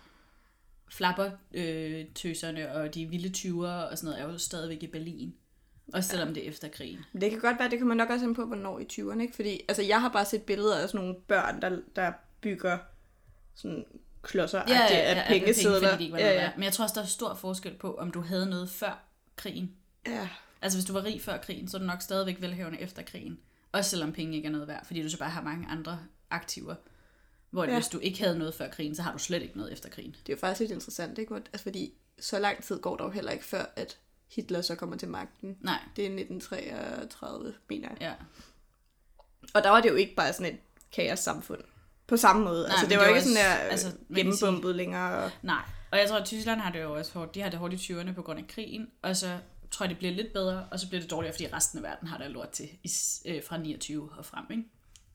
flapper-tøserne øh, og de vilde tyver og sådan noget, er jo stadigvæk i Berlin. Også selvom ja. det er efter krigen. Men det kan godt være, det kan man nok også have på, hvornår i tyverne, ikke? Fordi altså, jeg har bare set billeder af sådan nogle børn, der, der bygger sådan klodser ja, ja, ja, af pengesedler. Penge, ja, ja. Men jeg tror også, der er stor forskel på, om du havde noget før krigen. Ja. Altså hvis du var rig før krigen, så er du nok stadigvæk velhavende efter krigen. Også selvom penge ikke er noget værd, fordi du så bare har mange andre aktiver. Hvor ja. hvis du ikke havde noget før krigen, så har du slet ikke noget efter krigen. Det er jo faktisk lidt interessant, ikke? Altså fordi så lang tid går der jo heller ikke før, at Hitler så kommer til magten. Nej. Det er nitten treogtredive, mener jeg. Ja. Og der var det jo ikke bare sådan et kaos-samfund. På samme måde. Nej, altså det var, det var ikke også, sådan der altså, gennembumpet længere. Og... Nej. Og jeg tror, at Tyskland har det jo også hårdt. De har det hårdt i tyverne på grund af krigen. Og så tror jeg, det bliver lidt bedre. Og så bliver det dårligere, fordi resten af verden har det lort til øh, fra niogtyve og frem, ikke?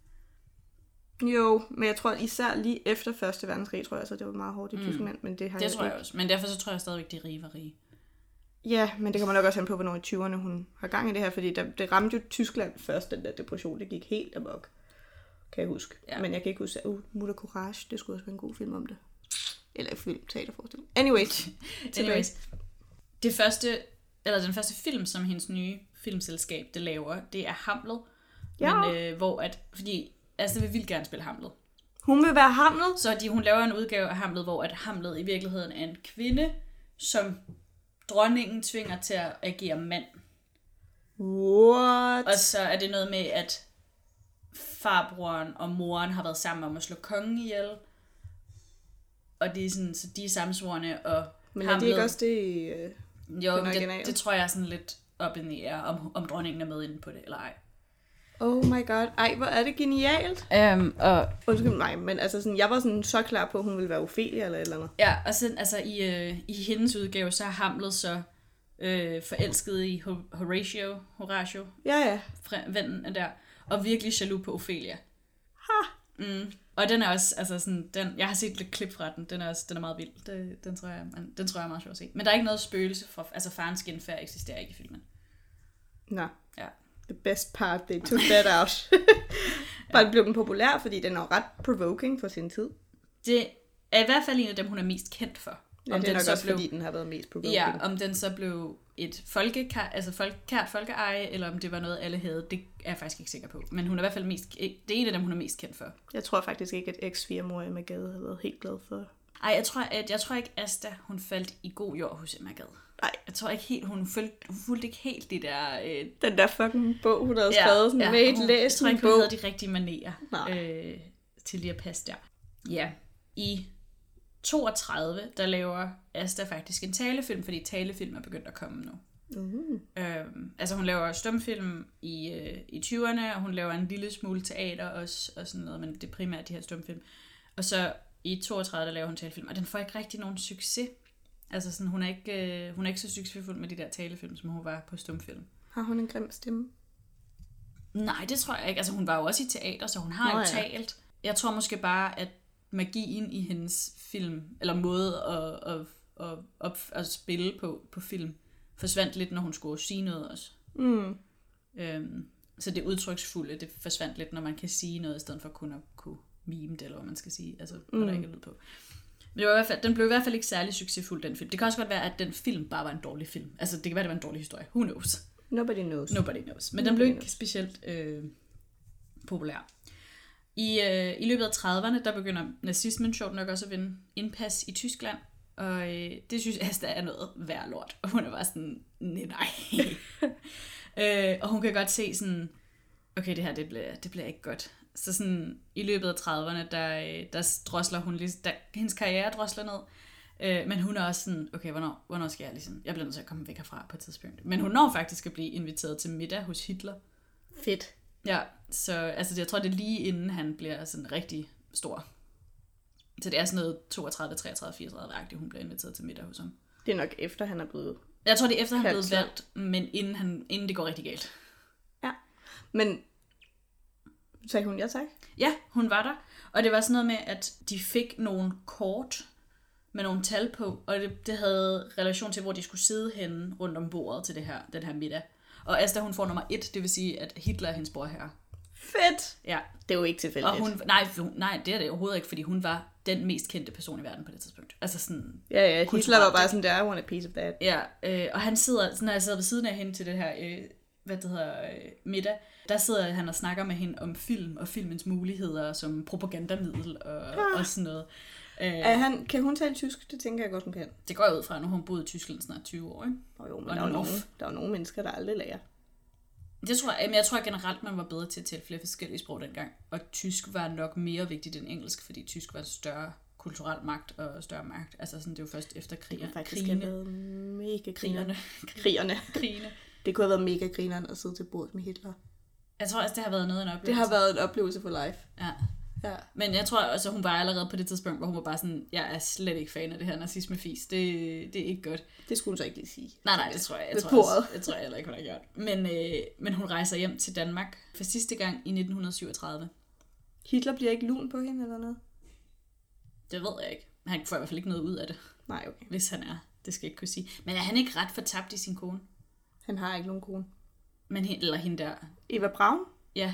Jo, men jeg tror at især lige efter første verdenskrig, tror jeg, så det var meget hårdt i mm. Tyskland. Men det har det jeg tror jeg ikke. også. Men derfor så tror jeg stadigvæk, de rige var rige. Ja, men det kommer nok også an på, hvornår i tyverne hun har gang i det her. Fordi der, det ramte jo Tyskland først, den der depression. Det gik helt amok. Kan jeg huske. Ja. Men jeg kan ikke huske, at uh, Mutter Courage, det skulle også være en god film om det. Eller en film, teaterforestilling. Anyways. Anyways. Det første, eller den første film, som hendes nye filmselskab, det laver, det er Hamlet. Ja. Men øh, hvor at, fordi Astrid vil vildt gerne spille Hamlet. Hun vil være Hamlet? Så de, hun laver en udgave af Hamlet, hvor at Hamlet i virkeligheden er en kvinde, som dronningen tvinger til at agere mand. What? Og så er det noget med, at farbroren og moren har været sammen om at slå kongen ihjel. Og det er sådan, så de er sammensvorne, og men er det ikke også det øh, jo, det, det tror jeg er sådan lidt up in the air, om, om dronningen er med inde på det, eller ej. Oh my god. Ej, hvor er det genialt. Um, og Undskyld mig, men altså sådan, jeg var sådan så klar på, at hun ville være Ophelia eller et eller andet. Ja, og så altså i, øh, i hendes udgave, så er Hamlet så øh, forelsket i Horatio, Horatio, ja, ja. vennen der, og virkelig jaloux på Ophelia. Ha! Mm. Og den er også, altså sådan, den, jeg har set lidt klip fra den, den er også, den er meget vild. Det, den, tror jeg, man, den tror jeg er meget sjov at se. Men der er ikke noget spøgelse for, altså farens genfærd eksisterer ikke i filmen. Nå. Ja. The best part, they took that out. Bare ja. Blev den populær, fordi den er ret provoking for sin tid. Det er i hvert fald en af dem, hun er mest kendt for. Ja, om det er den nok så også, blev, fordi den har været mest provoking. Ja, om den så blev et folkekært, altså folk, kært folkeeje, eller om det var noget, alle havde, det er jeg faktisk ikke sikker på. Men hun er i hvert fald mest, det er en af dem, hun er mest kendt for. Jeg tror faktisk ikke, at eks-svigermor Emma Gade har været helt glad for. Ej, jeg tror, at, jeg tror ikke, Asta, hun faldt i god jord hos Emma Gade. Nej. Jeg tror ikke helt, hun fulgte, hun fulgte ikke helt det der... Øh... Den der fucking bog, hun havde ja, skrevet, sådan ja, med et læs. Jeg tror ikke, hun havde de rigtige manerer øh, til lige at passe der. Ja, i toogtredive, der laver Asta faktisk en talefilm, fordi talefilm er begyndt at komme nu. Uh-huh. Øhm, altså hun laver stumfilm i, øh, i tyverne, og hun laver en lille smule teater også, og sådan noget, men det er primært de her stumfilm. Og så i toogtredive, der laver hun talefilm, og den får ikke rigtig nogen succes. Altså sådan, hun er ikke, øh, hun er ikke så succesfuld med de der talefilm, som hun var på stumfilm. Har hun en grim stemme? Nej, det tror jeg ikke. Altså hun var jo også i teater, så hun har Nå, jo ja. talt. Jeg tror måske bare, at magien i hendes film, eller måde at, at, at, at, at spille på, på film, forsvandt lidt, når hun skulle sige noget også. Mm. Øhm, så det udtryksfulde, det forsvandt lidt, når man kan sige noget, i stedet for kun at kunne mime det, eller hvad man skal sige, altså når mm. der ikke er lyd på. Men det var i hvert fald, den blev i hvert fald ikke særlig succesfuld, den film. Det kan også godt være, at den film bare var en dårlig film. Altså det kan være, det var en dårlig historie. Who knows? Nobody knows. Nobody knows. Men Nobody den blev ikke knows. specielt øh, populær. I, øh, I løbet af trediverne, der begynder nazismen sjovt nok også at vinde indpas i Tyskland. Og øh, det synes Asta er noget værd lort. Og hun er bare sådan, nej, nej. øh, og hun kan godt se sådan, okay, det her, det bliver, det bliver ikke godt. Så sådan, i løbet af trediverne, der, der drosler hun lige, der, hendes karriere drosler ned. Øh, men hun er også sådan, okay, hvornår, hvornår skal jeg ligesom, jeg bliver nødt til at komme væk herfra på et tidspunkt. Men hun når faktisk at blive inviteret til middag hos Hitler. Fedt. Ja, så altså, jeg tror, det er lige inden han bliver sådan rigtig stor. Så det er sådan noget toogtredive, treogtredive, fireogtredive-agtigt, hun bliver inviteret til middag hos ham. Det er nok efter, han er blevet... Jeg tror, det er efter, han er blevet valgt, men inden, han, inden det går rigtig galt. Ja, men... Sagde hun ja tak? Ja, hun var der. Og det var sådan noget med, at de fik nogle kort med nogle tal på, og det, det havde relation til, hvor de skulle sidde henne rundt om bordet til det her, den her middag. Og Asta, hun får nummer et, det vil sige, at Hitler er hendes bror her. Fedt! Ja. Det er jo ikke tilfældigt. Og hun, nej, nej, det er det overhovedet ikke, fordi hun var den mest kendte person i verden på det tidspunkt. Altså sådan... Ja, ja, Hitler var bare sådan der, I want a piece of that. Ja, øh, og han sidder, sådan, når jeg sidder ved siden af hende til det her, øh, hvad det hedder, øh, middag, der sidder han og snakker med hende om film og filmens muligheder som propagandamiddel og, ja. og sådan noget. Øh, er han, kan hun tale tysk? Det tænker jeg godt, hun kan. Det går jeg ud fra, nu har hun boet i Tyskland snart tyve år, ikke? Oh, jo, men der er, nogle, der er nogle mennesker, der aldrig lærer. Det tror jeg, men jeg tror generelt, man var bedre til at tale flere forskellige sprog dengang. Og tysk var nok mere vigtigt end engelsk, fordi tysk var større kulturel magt og større magt. Altså sådan, det var først efter kriger. Det kunne faktisk have været mega krigerne. Krigerne. Krigerne. Det kunne have været mega grineren at sidde til bordet med Hitler. Jeg tror også, det har været noget af en oplevelse. Det har været en oplevelse for life. Ja. Ja. Men jeg tror også, hun var allerede på det tidspunkt, hvor hun var bare sådan, jeg er slet ikke fan af det her nazisme-fis. Det, det er ikke godt. Det skulle hun så ikke lige sige. Nej, nej, det tror jeg. Jeg tror, også, jeg tror jeg heller ikke, hun har gjort. Men, øh, men hun rejser hjem til Danmark for sidste gang i nitten syvogtredive. Hitler bliver ikke lun på hende eller noget? Det ved jeg ikke. Han får i hvert fald ikke noget ud af det. Nej, okay. Hvis han er. Det skal jeg ikke kunne sige. Men er han ikke ret fortabt i sin kone? Han har ikke nogen kone. Men hende, eller hende der... Eva Braun? Ja.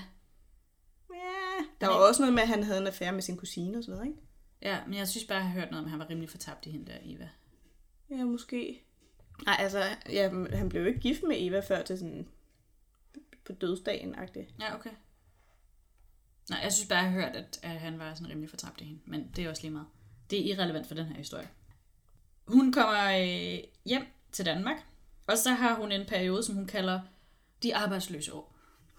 Ja, der var men... også noget med, at han havde en affære med sin kusine og sådan noget, ikke? Ja, men jeg synes bare, jeg har hørt noget om, at han var rimelig fortabt i hende der, Eva. Ja, måske. Nej, altså, ja, han blev jo ikke gift med Eva før til sådan... på dødsdagen-agtigt. Ja, okay. Nej, jeg synes bare, jeg har hørt, at, at han var sådan rimelig fortabt i hende. Men det er også lige meget. Det er irrelevant for den her historie. Hun kommer øh, hjem til Danmark. Og så har hun en periode, som hun kalder de arbejdsløse år.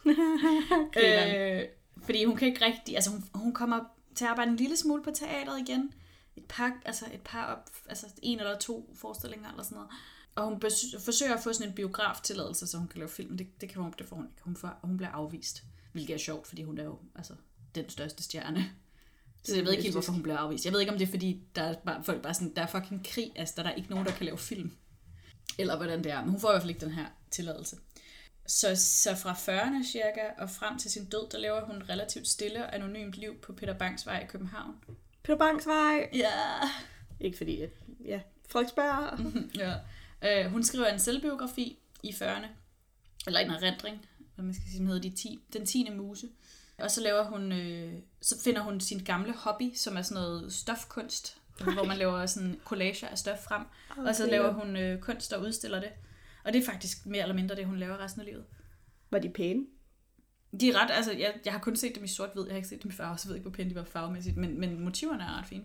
øh, fordi hun kan ikke rigtig... Altså hun, hun kommer til at arbejde en lille smule på teateret igen. Et par, altså et par op, altså en eller to forestillinger eller sådan noget. Og hun besø- forsøger at få sådan en biograftilladelse, så hun kan lave film. Det, det, kan hun, det får hun ikke. Hun, får, hun bliver afvist. Hvilket er sjovt, fordi hun er jo altså, den største stjerne. Så jeg ved ikke helt, hvorfor hun bliver afvist. Jeg ved ikke, om det er, fordi der er bare, folk bare sådan, der er fucking krig, altså der er ikke nogen, der kan lave film. Eller hvordan det er. Men hun får i hvert fald ikke den her tilladelse. Så, så fra fyrrerne cirka og frem til sin død, der lever hun relativt stille og anonymt liv på Peter Bangs Vej i København. Peter Bangs Vej? Ja. Ikke fordi, at, ja, Frederiksberg. ja. Uh, hun skriver en selvbiografi i fyrrerne, eller en erindring, hvad man skal sige, den hedder de ti, Den tiende muse. Og så laver hun, øh, så finder hun sin gamle hobby, som er sådan noget stofkunst, hvor man laver sådan collager af stof frem, okay. Og så laver hun øh, kunst og udstiller det. Og det er faktisk mere eller mindre det, hun laver resten af livet. Var de pæne? De er ret, altså jeg, jeg har kun set dem i sort-hvid, jeg har ikke set dem i farve, så ved ikke, hvor pæne de var farvemæssigt, men, men motiverne er ret fine.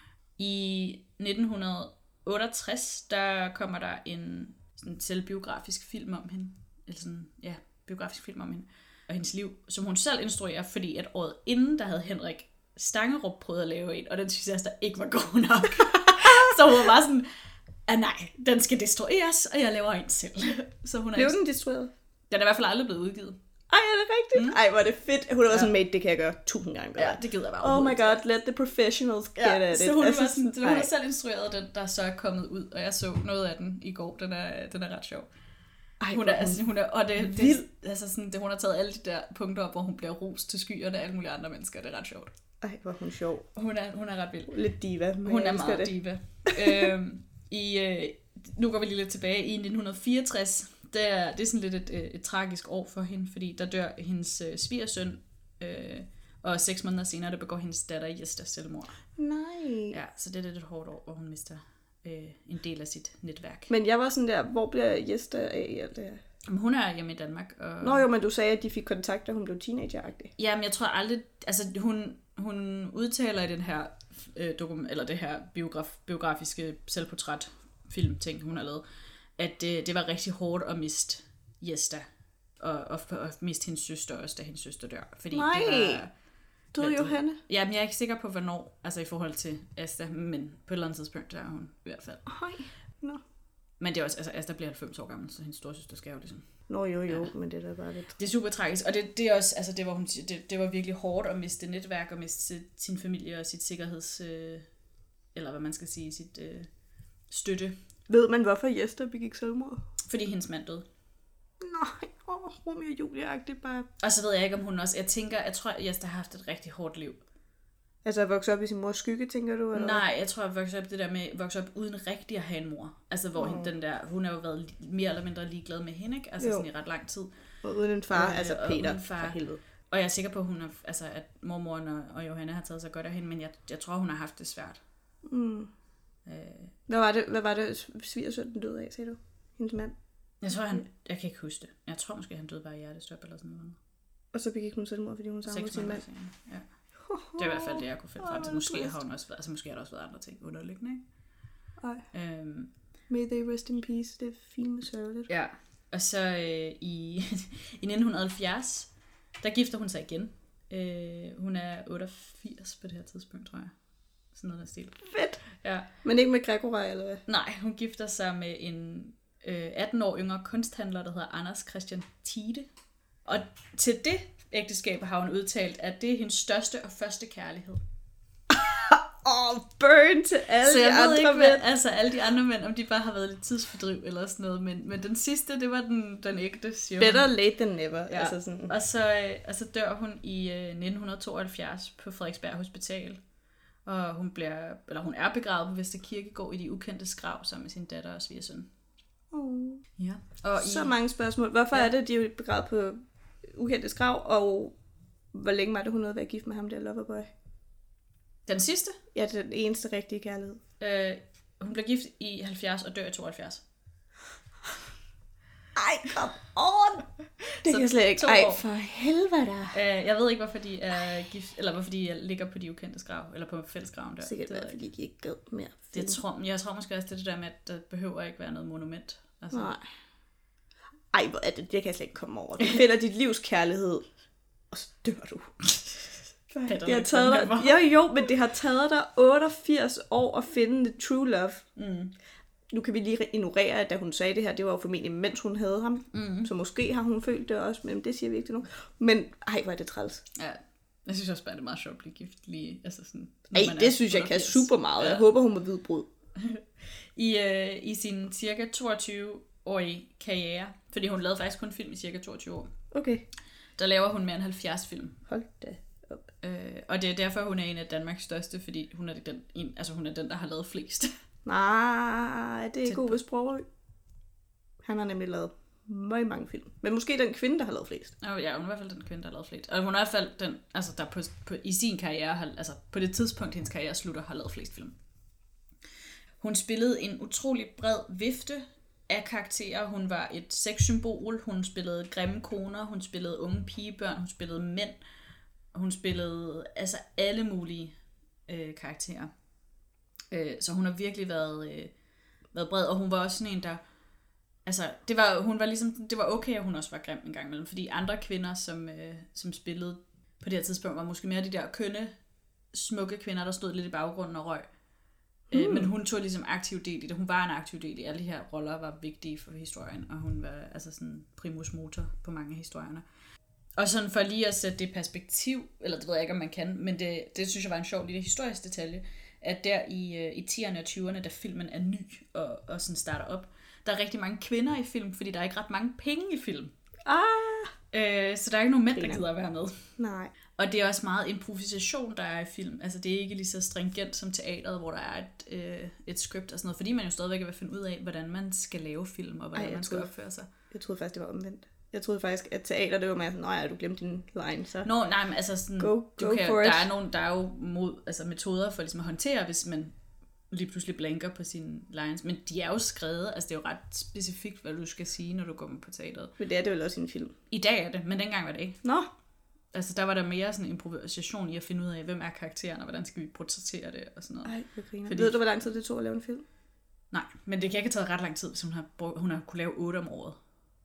I nitten otteogtres, der kommer der en sådan selvbiografisk film om hende, eller sådan, ja, biografisk film om hende, og hendes liv, som hun selv instruerer, fordi at året inden, der havde Henrik Stangerup prøvet at lave en, og den synes jeg, der ikke var god nok. Så hun var bare sådan, ah nej, den skal destrueres, og jeg laver en selv. Så hun er Blev ikke... den destrueret? Den er i hvert fald aldrig blevet udgivet. Ej, er det rigtigt? Mm. Ej, hvor er det fedt. Hun er ja. Sådan, mate, det kan jeg gøre tusind gange bedre. Ja, det gider jeg bare Oh my god, let the professionals get ja, at så it. hun, altså, var sådan, sådan, hun har selv instrueret den, der så er kommet ud, og jeg så noget af den i går. Den er, den er ret sjov. Ej, hun er, altså, hun er, og det, det, altså sådan, det, hun har taget alle de der punkter op, hvor hun bliver rost til skyerne af alle mulige andre mennesker. Det er ret sjovt. Ej, hvor er hun sjov. Hun er, hun er ret vild. Lidt diva. Hun er meget det. diva. øhm, i, øh, nu går vi lige lidt tilbage. I nitten fireogtres, det er, det er sådan lidt et, et, et tragisk år for hende, fordi der dør hendes øh, svigersøn, øh, og seks måneder senere, der begår hendes datter Jester selvmord. Nej. Ja, så det er lidt et hårdt år, hvor hun mister øh, en del af sit netværk. Men jeg var sådan der, hvor bliver Jester af i alt det her? Men hun er hjemme i Danmark. Og... Nå jo, men du sagde, at de fik kontakt, da hun blev teenager-agtig. Ja, men jeg tror aldrig, altså hun, hun udtaler i den her, øh, dokum, eller det her biograf, biografiske selvportræt-film-ting, hun har lavet, at det, det var rigtig hårdt at miste Jester, og, og, og miste hendes søster også, da hendes søster dør. Fordi Nej, det var, døde Johanne? Ja, men jeg er ikke sikker på, hvornår, altså i forhold til Asta, men på et eller andet tidspunkt, der er hun i hvert fald. Nej, nå. No. Men det er også, altså Asta bliver halvfems år gammel, så hendes storesøster skal jo ligesom... Nå jo jo, ja. Men det er da bare lidt... Det er super tragisk, og det, det er også, altså det var, hun, det, det var virkelig hårdt at miste netværk, og miste sin familie og sit sikkerheds... Øh, eller hvad man skal sige, sit øh, støtte. Ved man, hvorfor Jester begik selvmord? Fordi hendes mand døde. Nej, åh, Romeo og Julie-agtigt bare... Og så ved jeg ikke, om hun også... Jeg tænker, jeg tror, at Jester har haft et rigtig hårdt liv. Altså at vokse op i sin mors skygge, tænker du? Eller? Nej, jeg tror at vokse op det der med at vokse op uden rigtig at have en mor. Altså hvor oh. hende, den der, hun har jo været mere eller mindre ligeglad med hende, ikke? Altså jo. Sådan i ret lang tid. Og uden en far, og, altså Peter, og far. For helvede. Og jeg er sikker på, at hun er, altså at mormoren og, og Johanne har taget sig godt af hende, men jeg, jeg tror hun har haft det svært. Mm. Øh. Hvad var det, hvad var det svigersønnen døde af, sagde du? Hendes mand? Jeg tror han, jeg kan ikke huske det. Jeg tror måske han døde bare i hjertestop eller sådan noget. Og så begik hun selvmord, fordi hun savnede sin mand. Senere. Ja. Det er i hvert fald det, jeg kunne finde frem til. Måske har hun også været, altså måske har der også været andre ting underliggende, ikke? Nej. Øhm, May they rest in peace. Det er fint sørgeligt. Ja. Og så øh, i, i nitten halvfjerds, der gifter hun sig igen. Øh, hun er otteogfirs på det her tidspunkt, tror jeg. Sådan noget der stil. Fedt. Ja. Men ikke med Gregory, eller hvad? Nej, hun gifter sig med en øh, atten år yngre kunsthandler, der hedder Anders Christian Tide. Og til det ægteskab har hun udtalt, at det er hendes største og første kærlighed. Åh, oh, burn til alle så jeg de ved andre ikke, mænd. Hvad, altså alle de andre mænd, om de bare har været lidt tidsfordriv eller sådan noget, men, men den sidste, det var den, den ægte, siger hun. Better late than never. Ja. Altså sådan. Og, så, og så dør hun i øh, nitten tooghalvfjerds på Frederiksberg Hospital, og hun, bliver, eller hun er begravet på Vester Kirkegård i de ukendte grav sammen med sin datter og svigersøn. Oh. Ja. Og så i, mange spørgsmål. Hvorfor ja. er det, de er begravet på ukendte grav, og hvor længe var det, hun nåede at være gift med ham der Loverboy? Den sidste? Ja, den eneste rigtige kærlighed. Øh, hun blev gift i halvfjerds og dør i tooghalvfjerds. Ej, come on! Det kan jeg slet ikke. Ej, for helvede da. Øh, jeg ved ikke, hvorfor de er gift, eller hvorfor de ligger på de ukendte grav, eller på fællesgraven der. Sikkert være, fordi de ikke gad mere. Det tror, jeg tror måske også, det er det der med, at der behøver ikke være noget monument. Altså. Nej. Ej, hvor er det, det kan jeg slet ikke komme over. Du finder dit livs kærlighed, og så dør du. Det har taget dig, jo, jo, men det har taget dig otteogfirs år at finde the true love. Mm. Nu kan vi lige ignorere, at da hun sagde det her, det var jo formentlig, mens hun havde ham. Mm. Så måske har hun følt det også, men det siger vi ikke til nogen. Men ej, hvor er det træls. Ja, jeg synes også bare, det er meget sjovt at blive gift lige. Altså sådan, ej, det synes jeg kan super meget. Ja. Jeg håber, hun må vidbrud. I, øh, I sine cirka toogtyve toogtyve-årig karriere, fordi hun lavede faktisk kun film i cirka toogtyve år. Okay. Der laver hun mere end halvfjerds film. Hold da op. Øh, og det er derfor, hun er en af Danmarks største, fordi hun er den, en, altså hun er den, der har lavet flest. Nej, det er ikke Tæt på. Ove Sprogøe. Han har nemlig lavet meget mange film. Men måske den kvinde, der har lavet flest. Og ja, hun er i hvert fald den kvinde, der har lavet flest. Og hun er i hvert fald den, altså der på, på, i sin karriere, har, altså på det tidspunkt, hendes karriere slutter, har lavet flest film. Hun spillede en utrolig bred vifte af karakterer. Hun var et sexsymbol, hun spillede grimme koner, hun spillede unge pigebørn, hun spillede mænd, hun spillede altså alle mulige øh, karakterer. Øh, så hun har virkelig været, øh, været bred, og hun var også sådan en, der altså, det var, hun var ligesom, det var okay, at hun også var grim en gang imellem, fordi andre kvinder, som, øh, som spillede på det her tidspunkt, var måske mere de der kønne, smukke kvinder, der stod lidt i baggrunden og røg. Mm. Øh, men hun tog ligesom aktiv del i det. Hun var en aktiv del i alle de her roller, var vigtige for historien, og hun var altså sådan primus motor på mange af historierne. Og sådan for lige at sætte det perspektiv, eller det ved jeg ikke, om man kan, men det, det synes jeg var en sjov lille historisk detalje, at der i, i tierne og tyverne, da filmen er ny og, og sådan starter op, der er rigtig mange kvinder i film, fordi der er ikke ret mange penge i film. Ah! Øh, så der er ikke nogen mænd, der gider at være med. Nej. Og det er også meget improvisation, der er i film. Altså det er ikke lige så stringent som teateret, hvor der er et, øh, et script og sådan noget, fordi man jo stadigvæk er ved at finde ud af, hvordan man skal lave film, og hvordan Ej, man skal troede, opføre sig. Jeg troede faktisk, det var omvendt. Jeg troede faktisk, at teater, det var mere sådan, nej, ja, du glemte din line, så... Nå, nej, men altså sådan, go, du go kan, for der, it. er nogle, der er jo mod, altså metoder for ligesom at håndtere, hvis man lige pludselig blanker på sine lines, men de er jo skrevet, altså det er jo ret specifikt, hvad du skal sige, når du kommer på teateret. Men det er det vel også i en film? I dag er det, men dengang var det ikke. Nå! Altså der var der mere sådan improvisation i at finde ud af, hvem er karakteren, og hvordan skal vi portrættere det, og sådan noget. Ej, hvad griner. Fordi... Ved du, hvor lang tid det tog at lave en film? Nej, men det kan ikke have taget ret lang tid, hvis hun har, brugt, hun har kunne lave otte om året.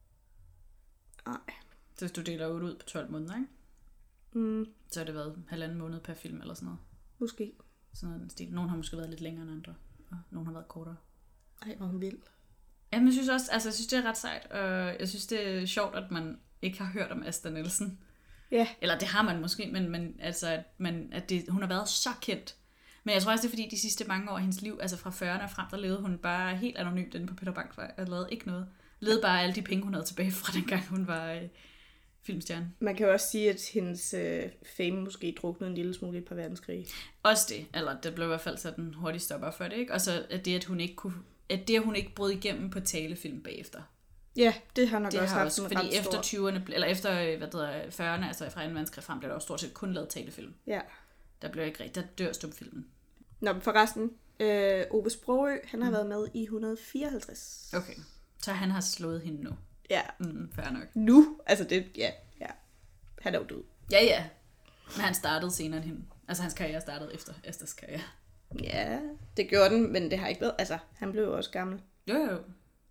Nej. Så hvis du deler otte ud på tolv måneder, ikke? Mm. Så har det været halvanden måned per film, eller sådan noget. Måske. Sådan noget den stil. Nogle har måske været lidt længere end andre, og nogle har været kortere. Ej, hvor hun vild. Jamen, jeg synes også, altså jeg synes, det er ret sejt, og jeg synes, det er sjovt, at man ikke har hørt om Asta Nielsen. Ja. Yeah. Eller det har man måske, men, men altså, at, man, at det, hun har været så kendt. Men jeg tror også, det er fordi, de sidste mange år af hendes liv, altså fra fyrrerne og frem, der levede hun bare helt anonymt inde på Peter Bankvej, og lavede ikke noget. Levede bare alle de penge, hun havde tilbage fra dengang, hun var øh, filmstjerne. Man kan jo også sige, at hendes øh, fame måske druknede en lille smule i et par verdenskrige. Også det, eller det blev i hvert fald sådan en hurtig stopper for det, ikke? Og så at det, at hun ikke kunne, at det, at hun ikke brød igennem på talefilm bagefter. Ja, det har nok det også har haft også, en fordi ret efter stor... tyverne, eller efter hvad det hedder, fyrrerne, altså fra anden verdenskrig frem, blev der jo stort set kun lavet talefilm. Ja. Der blev ikke rigtig, der dør stumfilmen. Nå, men forresten, øh, Ove Sprogøe, han har mm. været med i et hundrede fireoghalvtreds. Okay, så han har slået hende nu. Ja. Mm, fair nok. Nu? Altså det, ja, ja. Han er jo død. Ja, ja. Men han startede senere end hende. Altså hans karriere startede efter Estas karriere. Ja, det gjorde den, men det har ikke været, altså han blev jo også gammel. Jo, jo.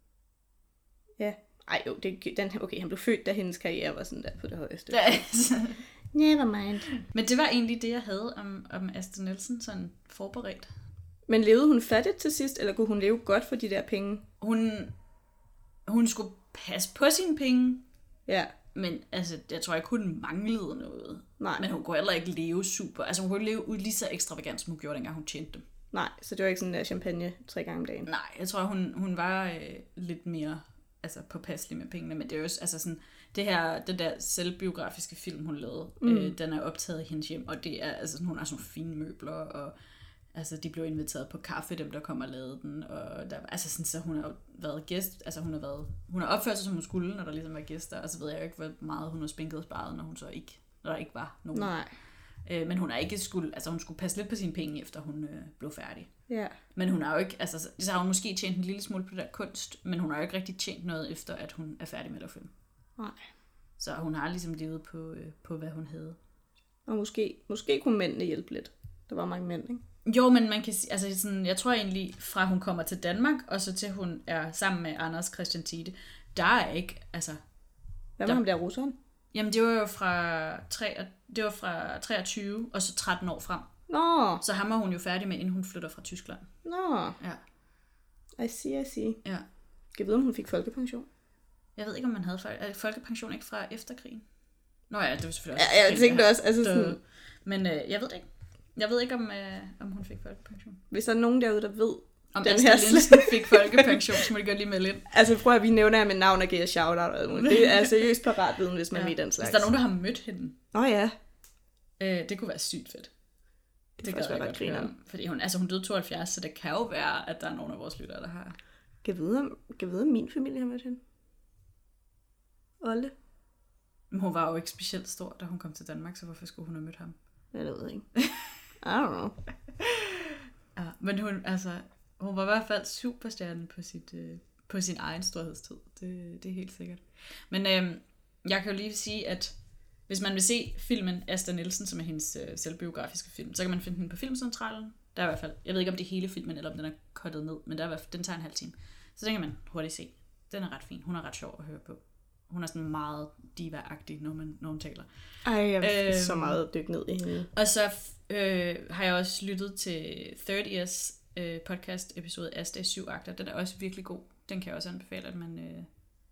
Ja. Ej jo, det, den, okay, han blev født, da hendes karriere var sådan der på det højeste. Ja, altså. Never mind. Men det var egentlig det, jeg havde om, om Asta Nielsen, sådan forberedt. Men levede hun fattigt til sidst, eller kunne hun leve godt for de der penge? Hun, hun skulle passe på sine penge. Ja. Men altså, jeg tror ikke, hun manglede noget. Nej. Men hun kunne heller ikke leve super. Altså hun kunne leve ud lige så ekstravagant, som hun gjorde, dengang hun tjente dem. Nej, så det var ikke sådan der champagne tre gange om dagen. Nej, jeg tror, hun, hun var øh, lidt mere altså, påpasselig med pengene. Men det er jo også, altså sådan, det her, den der selvbiografiske film, hun lavede, mm. øh, den er optaget i hendes hjem, og det er, altså, hun har sådan nogle fine møbler, og altså, de blev inviteret på kaffe, dem der kom og lavede den, og der, altså sådan, så hun har været gæst, altså hun har været, hun har opført sig, som hun skulle, når der ligesom var gæster, og så ved jeg jo ikke, hvor meget hun har spinket og sparet, når hun så ikke, når der ikke var nogen. Nej. Øh, men hun har ikke skulle, altså hun skulle passe lidt på sine penge, efter hun øh, blev færdig. Ja. Men hun har jo ikke, altså så har hun måske tjent en lille smule på det der kunst, men hun har jo ikke rigtig tjent noget, efter at hun er færdig med at lave film. Nej. Så hun har ligesom levet på, øh, på hvad hun havde. Og måske, måske kunne mændene hjælpe lidt. Der var mange mænd, ikke? Jo, men man kan sige, altså sådan, jeg tror egentlig, fra hun kommer til Danmark, og så til hun er sammen med Anders Christian Thiede, der er ikke, altså... Hvad var ham der russeren? Jamen, det var jo fra, tre, det var fra treogtyve, og så tretten år frem. Nå! Så ham er hun jo færdig med, inden hun flytter fra Tyskland. Nå! Ja. I see, I see. Ja. Jeg ved, om hun fik folkepension. Jeg ved ikke, om man havde folkepension ikke fra efterkrigen. Nå ja, det var selvfølgelig også... Ja, jeg tænkte også, altså sådan... Men øh, jeg ved det ikke. Jeg ved ikke, om, øh, om hun fik folkepension. Hvis der er nogen derude, der ved, Om den Astrid her Lindsen fik folkepension, så må de godt lige melde ind. Altså prøv at vi nævner med navn og giver shout-out. Det er seriøst paratviden, hvis man ja. ved den slags. Hvis der er nogen, der har mødt hende. Åh oh, ja. Øh, det kunne være sygt fedt. Det, det kan være ret griner. Fordi hun, altså hun døde tooghalvfjerds, så det kan jo være, at der er nogen af vores lyttere, der har... Kan vide, om, kan vide, om min familie har mødt hende? Olle? Men hun var jo ikke specielt stor, da hun kom til Danmark, så hvorfor skulle hun have mødt ham? Ja, det ved jeg ikke. I don't know. Ja, men hun, altså, hun var i hvert fald superstjerne på, sit, øh, på sin egen storhedstid. Det, det er helt sikkert. Men øh, jeg kan jo lige sige, at hvis man vil se filmen Asta Nielsen, som er hendes øh, selvbiografiske film, så kan man finde den på Filmcentralen. Der er i hvert fald, jeg ved ikke om det er hele filmen, eller om den er cuttet ned, men der er i hvert fald, den tager en halv time. Så den kan man hurtigt se. Den er ret fin. Hun er ret sjov at høre på. Hun er sådan meget diva-agtig, når, man, når hun taler. Ej, jeg vil øhm, så meget dykke ned i hende. Og så øh, har jeg også lyttet til Third Years øh, podcast episode Asta i syv akter. Den er også virkelig god. Den kan jeg også anbefale, at man, øh,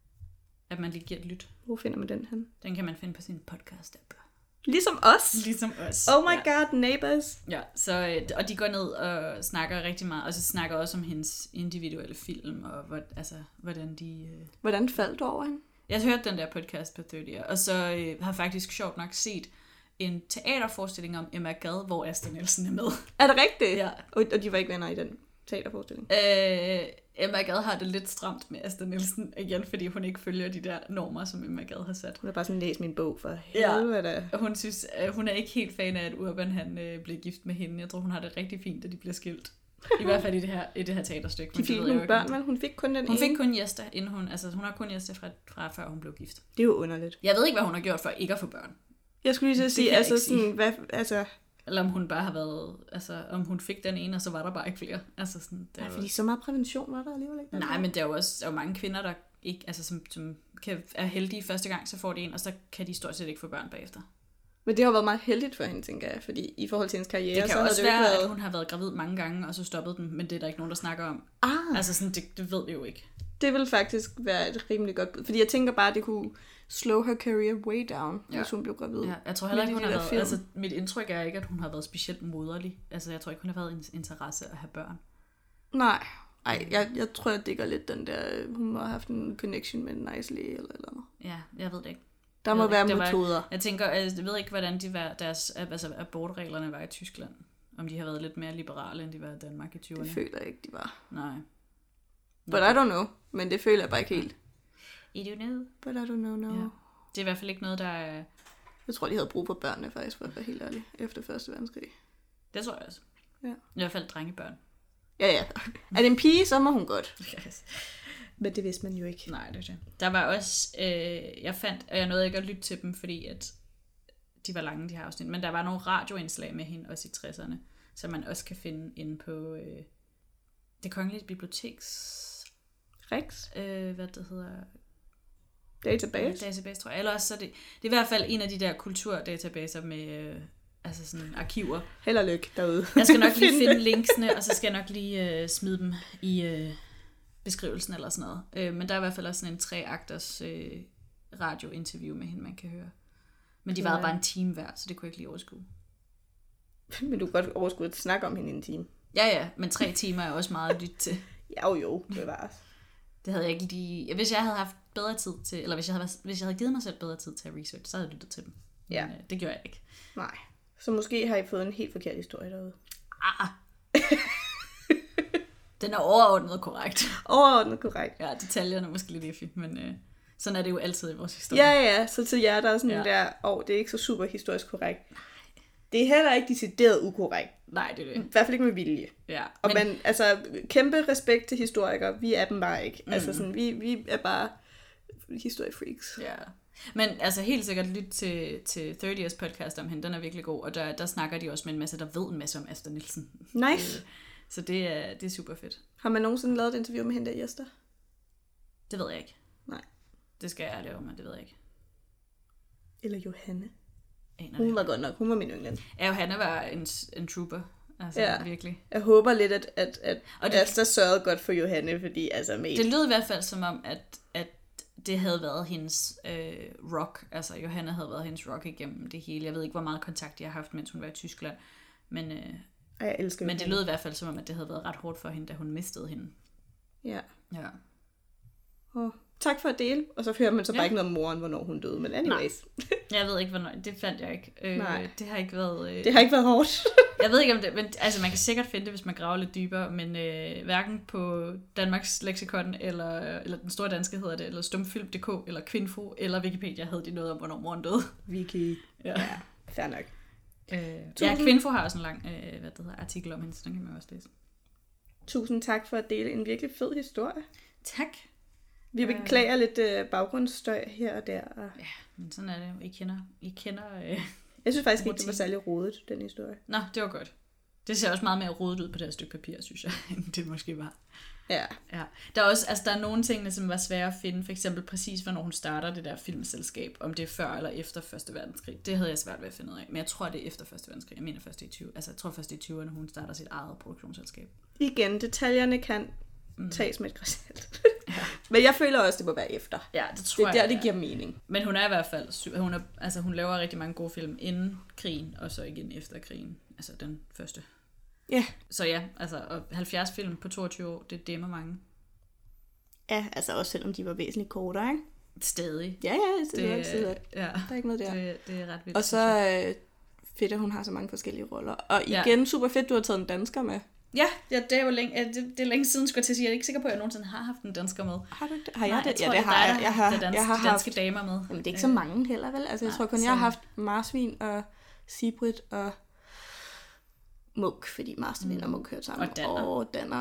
at man lige giver et lyt. Hvor finder man den hen? Den kan man finde på sin podcast-app. Ligesom os? Ligesom os. Oh my ja. god, neighbors. Ja, så, øh, og de går ned og snakker rigtig meget, og så snakker også om hendes individuelle film, og hvor, altså, hvordan de... Øh... Hvordan faldt du over hende? Jeg har hørt den der podcast på thirty year, og så øh, har faktisk sjovt nok set en teaterforestilling om Emma Gad, hvor Asta Nielsen er med. Er det rigtigt? Ja. Og, og de var ikke venner i den teaterforestilling? Øh, Emma Gad har det lidt stramt med Asta Nielsen igen, fordi hun ikke følger de der normer, som Emma Gad har sat. Hun har bare sådan læst min bog for helvede. Ja, hun synes, hun er ikke helt fan af, at Urban han øh, blev gift med hende. Jeg tror, hun har det rigtig fint, at de bliver skilt. I hvert fald i det her, i det her teaterstykke. De fik nogle børn, men hun fik kun den Hun ene. fik kun Jesta, inden hun, altså hun har kun Jesta fra, fra før hun blev gift. Det er jo underligt. Jeg ved ikke, hvad hun har gjort for ikke at få børn. Jeg skulle lige så sige, altså sådan, hvad, altså... Eller om hun bare har været, altså om hun fik den ene, og så var der bare ikke flere. Altså sådan, det Nej, var... fordi så meget prævention var der alligevel ikke. Nej, men der er jo også der er jo mange kvinder, der ikke, altså som, som kan, er heldige første gang, så får de en, og så kan de stort set ikke få børn bagefter. Men det har været meget heldigt for hende, tænker jeg, fordi i forhold til hendes karriere, det kan så også det være, været... at hun har været gravid mange gange, og så stoppede den, men det er der ikke nogen, der snakker om. Ah. Altså sådan, det, det ved vi jo ikke. Det vil faktisk være et rimelig godt bud, fordi jeg tænker bare, at det kunne slow her career way down, ja. Hvis hun blev gravid. Ja, jeg tror heller ikke, hun har været, altså mit indtryk er ikke, at hun har været specielt moderlig. Altså jeg tror ikke, hun har været en interesse at have børn. Nej, ej, jeg, jeg tror, jeg digger lidt den der, hun må have haft en connection med en nice læge eller eller noget. Ja, jeg ved det ikke. Der må være ikke. metoder. Var, jeg tænker, jeg ved ikke, hvordan de var, deres altså, abortreglerne var i Tyskland. Om de har været lidt mere liberale, end de var i Danmark i tyverne. Det føler jeg ikke, de var. Nej. But I don't know. Men det føler jeg bare ikke helt. I do know. But I don't know, no. Ja. Det er i hvert fald ikke noget, der er... Jeg tror, de havde brug for børnene faktisk, for at være helt ærlig, efter første verdenskrig. Det tror jeg også. Ja. I hvert fald drengebørn. Ja, ja. Er det en pige, så må hun godt. Yes. Men det vidste man jo ikke. Nej, det er det. Der var også... Øh, jeg fandt... Og jeg nåede ikke at lytte til dem, fordi at de var lange, de her afsnit. Men der var nogle radioindslag med hende, også i tresserne, som man også kan finde inde på øh, Det Kongelige Biblioteks... Rex? Øh, hvad det hedder... Database? Database, tror jeg. Eller også så det, det er i hvert fald en af de der kulturdatabaser med øh, altså sådan arkiver. Held og lykke derude. Jeg skal nok lige finde linksene, og så skal jeg nok lige øh, smide dem i øh, beskrivelsen eller sådan noget. Øh, men der er i hvert fald også sådan en tre-akters øh, radiointerview med hende, man kan høre. Men de varede ja. bare en time hver, så det kunne jeg ikke lige overskue. Men du kan godt overskue at snakke om hende i en time. Ja, ja, men tre timer er også meget at lytte til. Jo, jo, det var det havde jeg ikke lige... Hvis jeg havde haft bedre tid til... Eller hvis jeg havde, hvis jeg havde givet mig selv bedre tid til at research, så havde jeg lyttet til dem. Ja. Men øh, det gjorde jeg ikke. Nej. Så måske har I fået en helt forkert historie derude. Ah. Den er overordnet korrekt. Overordnet korrekt. Ja, detaljerne er måske lidt iffy, men øh, sådan er det jo altid i vores historie. Ja, ja, så til jer, der er sådan ja. der, åh, oh, det er ikke så super historisk korrekt. Det er heller ikke decideret ukorrekt. Nej, det er det. I hvert fald ikke med vilje. Ja, og men... man, altså, kæmpe respekt til historikere, vi er dem bare ikke. Mm. Altså sådan, vi, vi er bare historiefreaks. Ja. Men altså helt sikkert lyt til, til thirty years podcast om hende, den er virkelig god, og der, der snakker de også med en masse, der ved en masse om Asta Nielsen. Nice. Så det er, det er super fedt. Har man nogensinde lavet et interview med hende der, Jester? Det ved jeg ikke. Nej. Det skal jeg lave, men det ved jeg ikke. Eller Johanne. Aner hun var godt nok, hun var min yndling. Ja, Johanne var en, en trooper. Altså ja. Virkelig. Jeg håber lidt, at, at, at og det, Asta sørgede godt for Johanne, fordi altså med... Det lød i hvert fald som om, at, at det havde været hendes øh, rock. Altså Johanne havde været hendes rock igennem det hele. Jeg ved ikke, hvor meget kontakt jeg har haft, mens hun var i Tyskland. Men, øh, Og jeg elsker Men det lød i hvert fald som om, at det havde været ret hårdt for hende, da hun mistede hende. Ja. Ja. Og tak for at dele. Og så hører man så bare ja. ikke noget om moren, hvornår hun døde. Men anyways. Jeg ved ikke, hvornår. Det fandt jeg ikke. Øh, Nej. Det har ikke været... Øh... Det har ikke været hårdt. Jeg ved ikke om det, men altså man kan sikkert finde det, hvis man graver lidt dybere, men øh, hverken på Danmarks Leksikon, eller, eller Den Store Danske hedder det, eller stumfilm punktum d k, eller Kvinfo, eller Wikipedia havde de noget om, hvornår moren døde. Wiki. Ja, ja fair nok. Øh, ja, Kvinfo har også en lang øh, hvad det hedder, artikel om hende, så den kan man også læse. Tusind tak for at dele en virkelig fed historie. Tak. Vi beklager øh... lidt øh, baggrundsstøj her og der. Og... Ja, men sådan er det jo. I kender... I kender øh... Jeg synes faktisk ikke, det var særlig rodet, den historie. Nå, det var godt. Det ser også meget mere rodet ud på det her stykke papir, synes jeg, end det måske var. Ja. ja. Der er også, altså der er nogle ting, som var svære at finde. For eksempel præcis, hvornår hun starter det der filmselskab. Om det er før eller efter første verdenskrig. Det havde jeg svært ved at finde ud af. Men jeg tror, det er efter første verdenskrig. Jeg mener først i tyve. Altså jeg tror først i tyverne, hun starter sit eget produktionsselskab. Igen, detaljerne kan mm. tages med et græsalt. ja. Men jeg føler også, det må være efter. Ja, det tror jeg. Det er der, jeg, det giver mening. Men hun er i hvert fald, hun, er, altså, hun laver rigtig mange gode film inden krigen, og så igen efter krigen. Altså den første. Ja. Yeah. Så ja, altså og halvfjerds film på toogtyve år, det dæmmer mange. Ja, altså også selvom de var væsentligt kortere, ikke? Stadig. Ja, ja, det, det er altid ja. Der er ikke noget der. Det, det er ret vildt. Og så øh, fedt, at hun har så mange forskellige roller. Og igen, ja. super fedt, du har taget en dansker med. Ja, ja det er jo længe, det, det er længe siden, skulle jeg til at sige. Jeg er ikke sikker på, at jeg nogensinde har haft en dansker med. Har du det? Har jeg Nej, det? Jeg tror, ja, det, det har jeg. Jeg har, jeg har, jeg har danske haft... damer med. Jamen, det er ikke så mange heller, vel? Altså, jeg Nej, tror kun, så... jeg har haft Marsvin og Sigrid og Munk, fordi Marsvin mm. og Munk hørte sammen. Og Danner. Og Danner.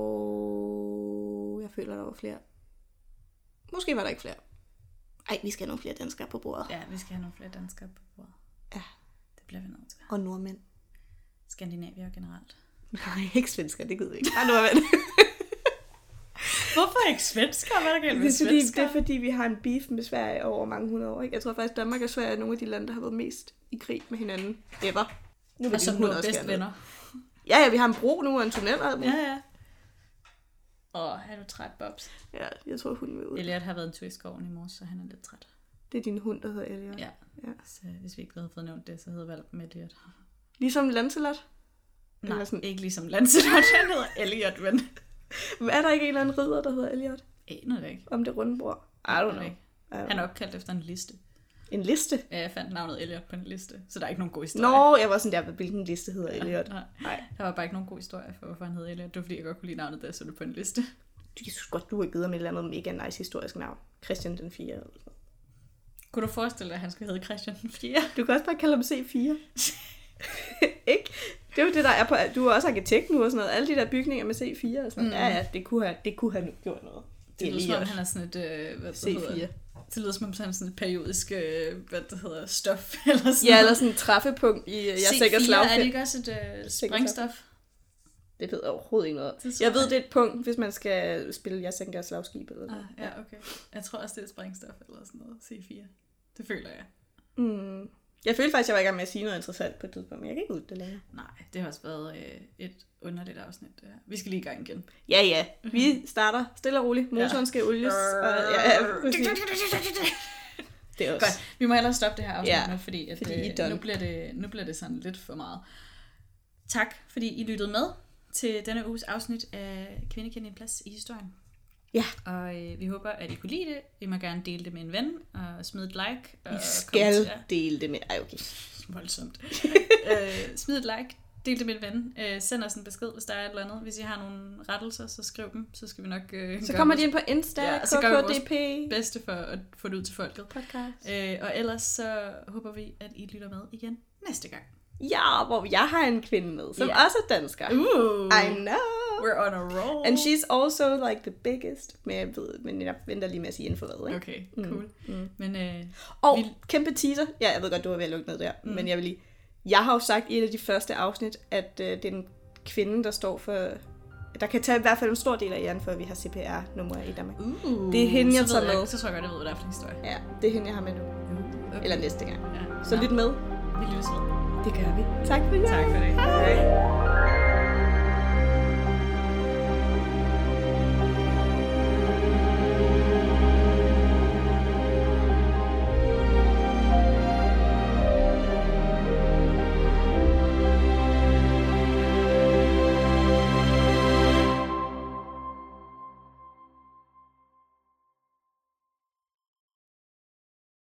Og jeg føler, der var flere. Måske var der ikke flere. Ej, vi skal have nogle flere danskere på bordet. Ja, vi skal have nogle flere danskere på bordet. Ja. Det bliver vi nødt til. Og nordmænd. Skandinavier generelt. Nej, ikke svensker, det gider vi ikke. Nej, nordmænd. Hvorfor ikke svensker? Hvad er der galt med det er, fordi, det er fordi, vi har en beef med Sverige over mange hundrede år. Ikke? Jeg tror faktisk, Danmark og Sverige er nogle af de lande, der har været mest i krig med hinanden. Ever. Nu og som nu er bedst venner. Ja, ja, vi har en bro nu og en tunnel. Ja, ja. Åh, er du træt, Bobs? Ja, jeg tror, hunden vil ud. Elliot har været en tur i skoven i morges, så han er lidt træt. Det er din hund, der hedder Elliot? Ja. ja. Så hvis vi ikke havde fået nævnt det, så hedder valpen Elliot. Ligesom Lancelot? Nej, sådan... ikke ligesom Lancelot. Han hedder Elliot, men... men er der ikke en eller anden ridder, der hedder Elliot? Aner det ikke. Om det runde bord? I don't know. Han er opkaldt efter en liste. En liste? Ja, jeg fandt navnet Elliot på en liste, så der er ikke nogen god historie. Nå, jeg var sådan der, hvilken liste hedder Elliot? Nej, nej, der var bare ikke nogen god historie for, hvorfor han hed Elliot. Det var fordi, jeg godt kunne lide navnet, da jeg så det på en liste. Jeg synes godt, du har givet ham et eller andet mega nice historisk navn. Christian den fjerde. Eller sådan. Kunne du forestille dig, at han skulle hedde Christian den fjerde? Du kan også bare kalde ham C fire. Ikke? Det er jo det, der er på... Du er også arkitekt nu og sådan noget. Alle de der bygninger med C fire og sådan noget. Mm. Ja, ja, det kunne have, det kunne have gjort noget. Det, det lyder som om, han er sådan et... Øh, hvad C fire. Hedder. Det lyder som om, han er sådan et periodisk, øh, hvad det hedder, stof. Eller sådan ja, eller sådan et træffelpunkt i Jeg Sænker Slagfelt. C fire, er det ikke også et øh, sprængstof? Det ved jeg overhovedet ikke noget. Jeg, jeg ved, det er et punkt, hvis man skal spille Jeg Sænker Slagskib eller noget. Ah, ja, okay. Jeg tror også, det er et sprængstof eller sådan noget. C fire. Det føler jeg. Mm. Jeg følte faktisk, jeg var i gang med at sige noget interessant på et tidspunkt, men jeg kan ikke ud det længere. Nej, det har også været øh, et underligt afsnit. Ja. Vi skal lige i gang igen. Ja, ja. Vi starter stille og roligt. Motoren ja. skal olies. Og, ja, ja, det er også. Godt. Vi må hellere stoppe det her afsnit ja, nu, fordi, at, fordi øh, nu, bliver det, nu bliver det sådan lidt for meget. Tak, fordi I lyttede med til denne uges afsnit af Kvinde kender en plads i historien. Ja. Og øh, vi håber, at I kunne lide det. I må gerne dele det med en ven, og smid et like. Og I skal kommentere. Dele det med... Ej, okay. Voldsomt. øh, smid et like, del det med en ven. Øh, send os en besked, hvis der er et eller andet. Hvis I har nogle rettelser, så skriv dem. Så skal vi nok øh, Så kommer de ind på Insta, ja, så gør vi vores bedste for at få det ud til folket. Podcast. Øh, og ellers så håber vi, at I lytter med igen næste gang. Ja, hvor jeg har en kvinde med, som yeah. også er dansker. Ooh. I know. We're on a roll. And she's also like the biggest. Men jeg ved, men jeg venter lige med at sige info hvad, ikke? Okay, cool. Mm. Mm. Men, øh, og vi... kæmpe teaser. Ja, jeg ved godt, du var ved at lukke ned der. Mm. Men jeg vil lige... Jeg har jo sagt i et af de første afsnit, at øh, det er den kvinde, der står for... Der kan tage i hvert fald en stor del af æren for, at vi har C P R-nummer i Danmark. Uh, det er hende, jeg tager med. Jeg, så tror jeg godt, jeg ved, hvad det er for en historie. Ja, det er hende, jeg har med nu. Uh, okay. Eller næste gang. Ja. Så lyt med. Vi lyttes med. Det gør vi. Tak for det. Tak for det. Hej.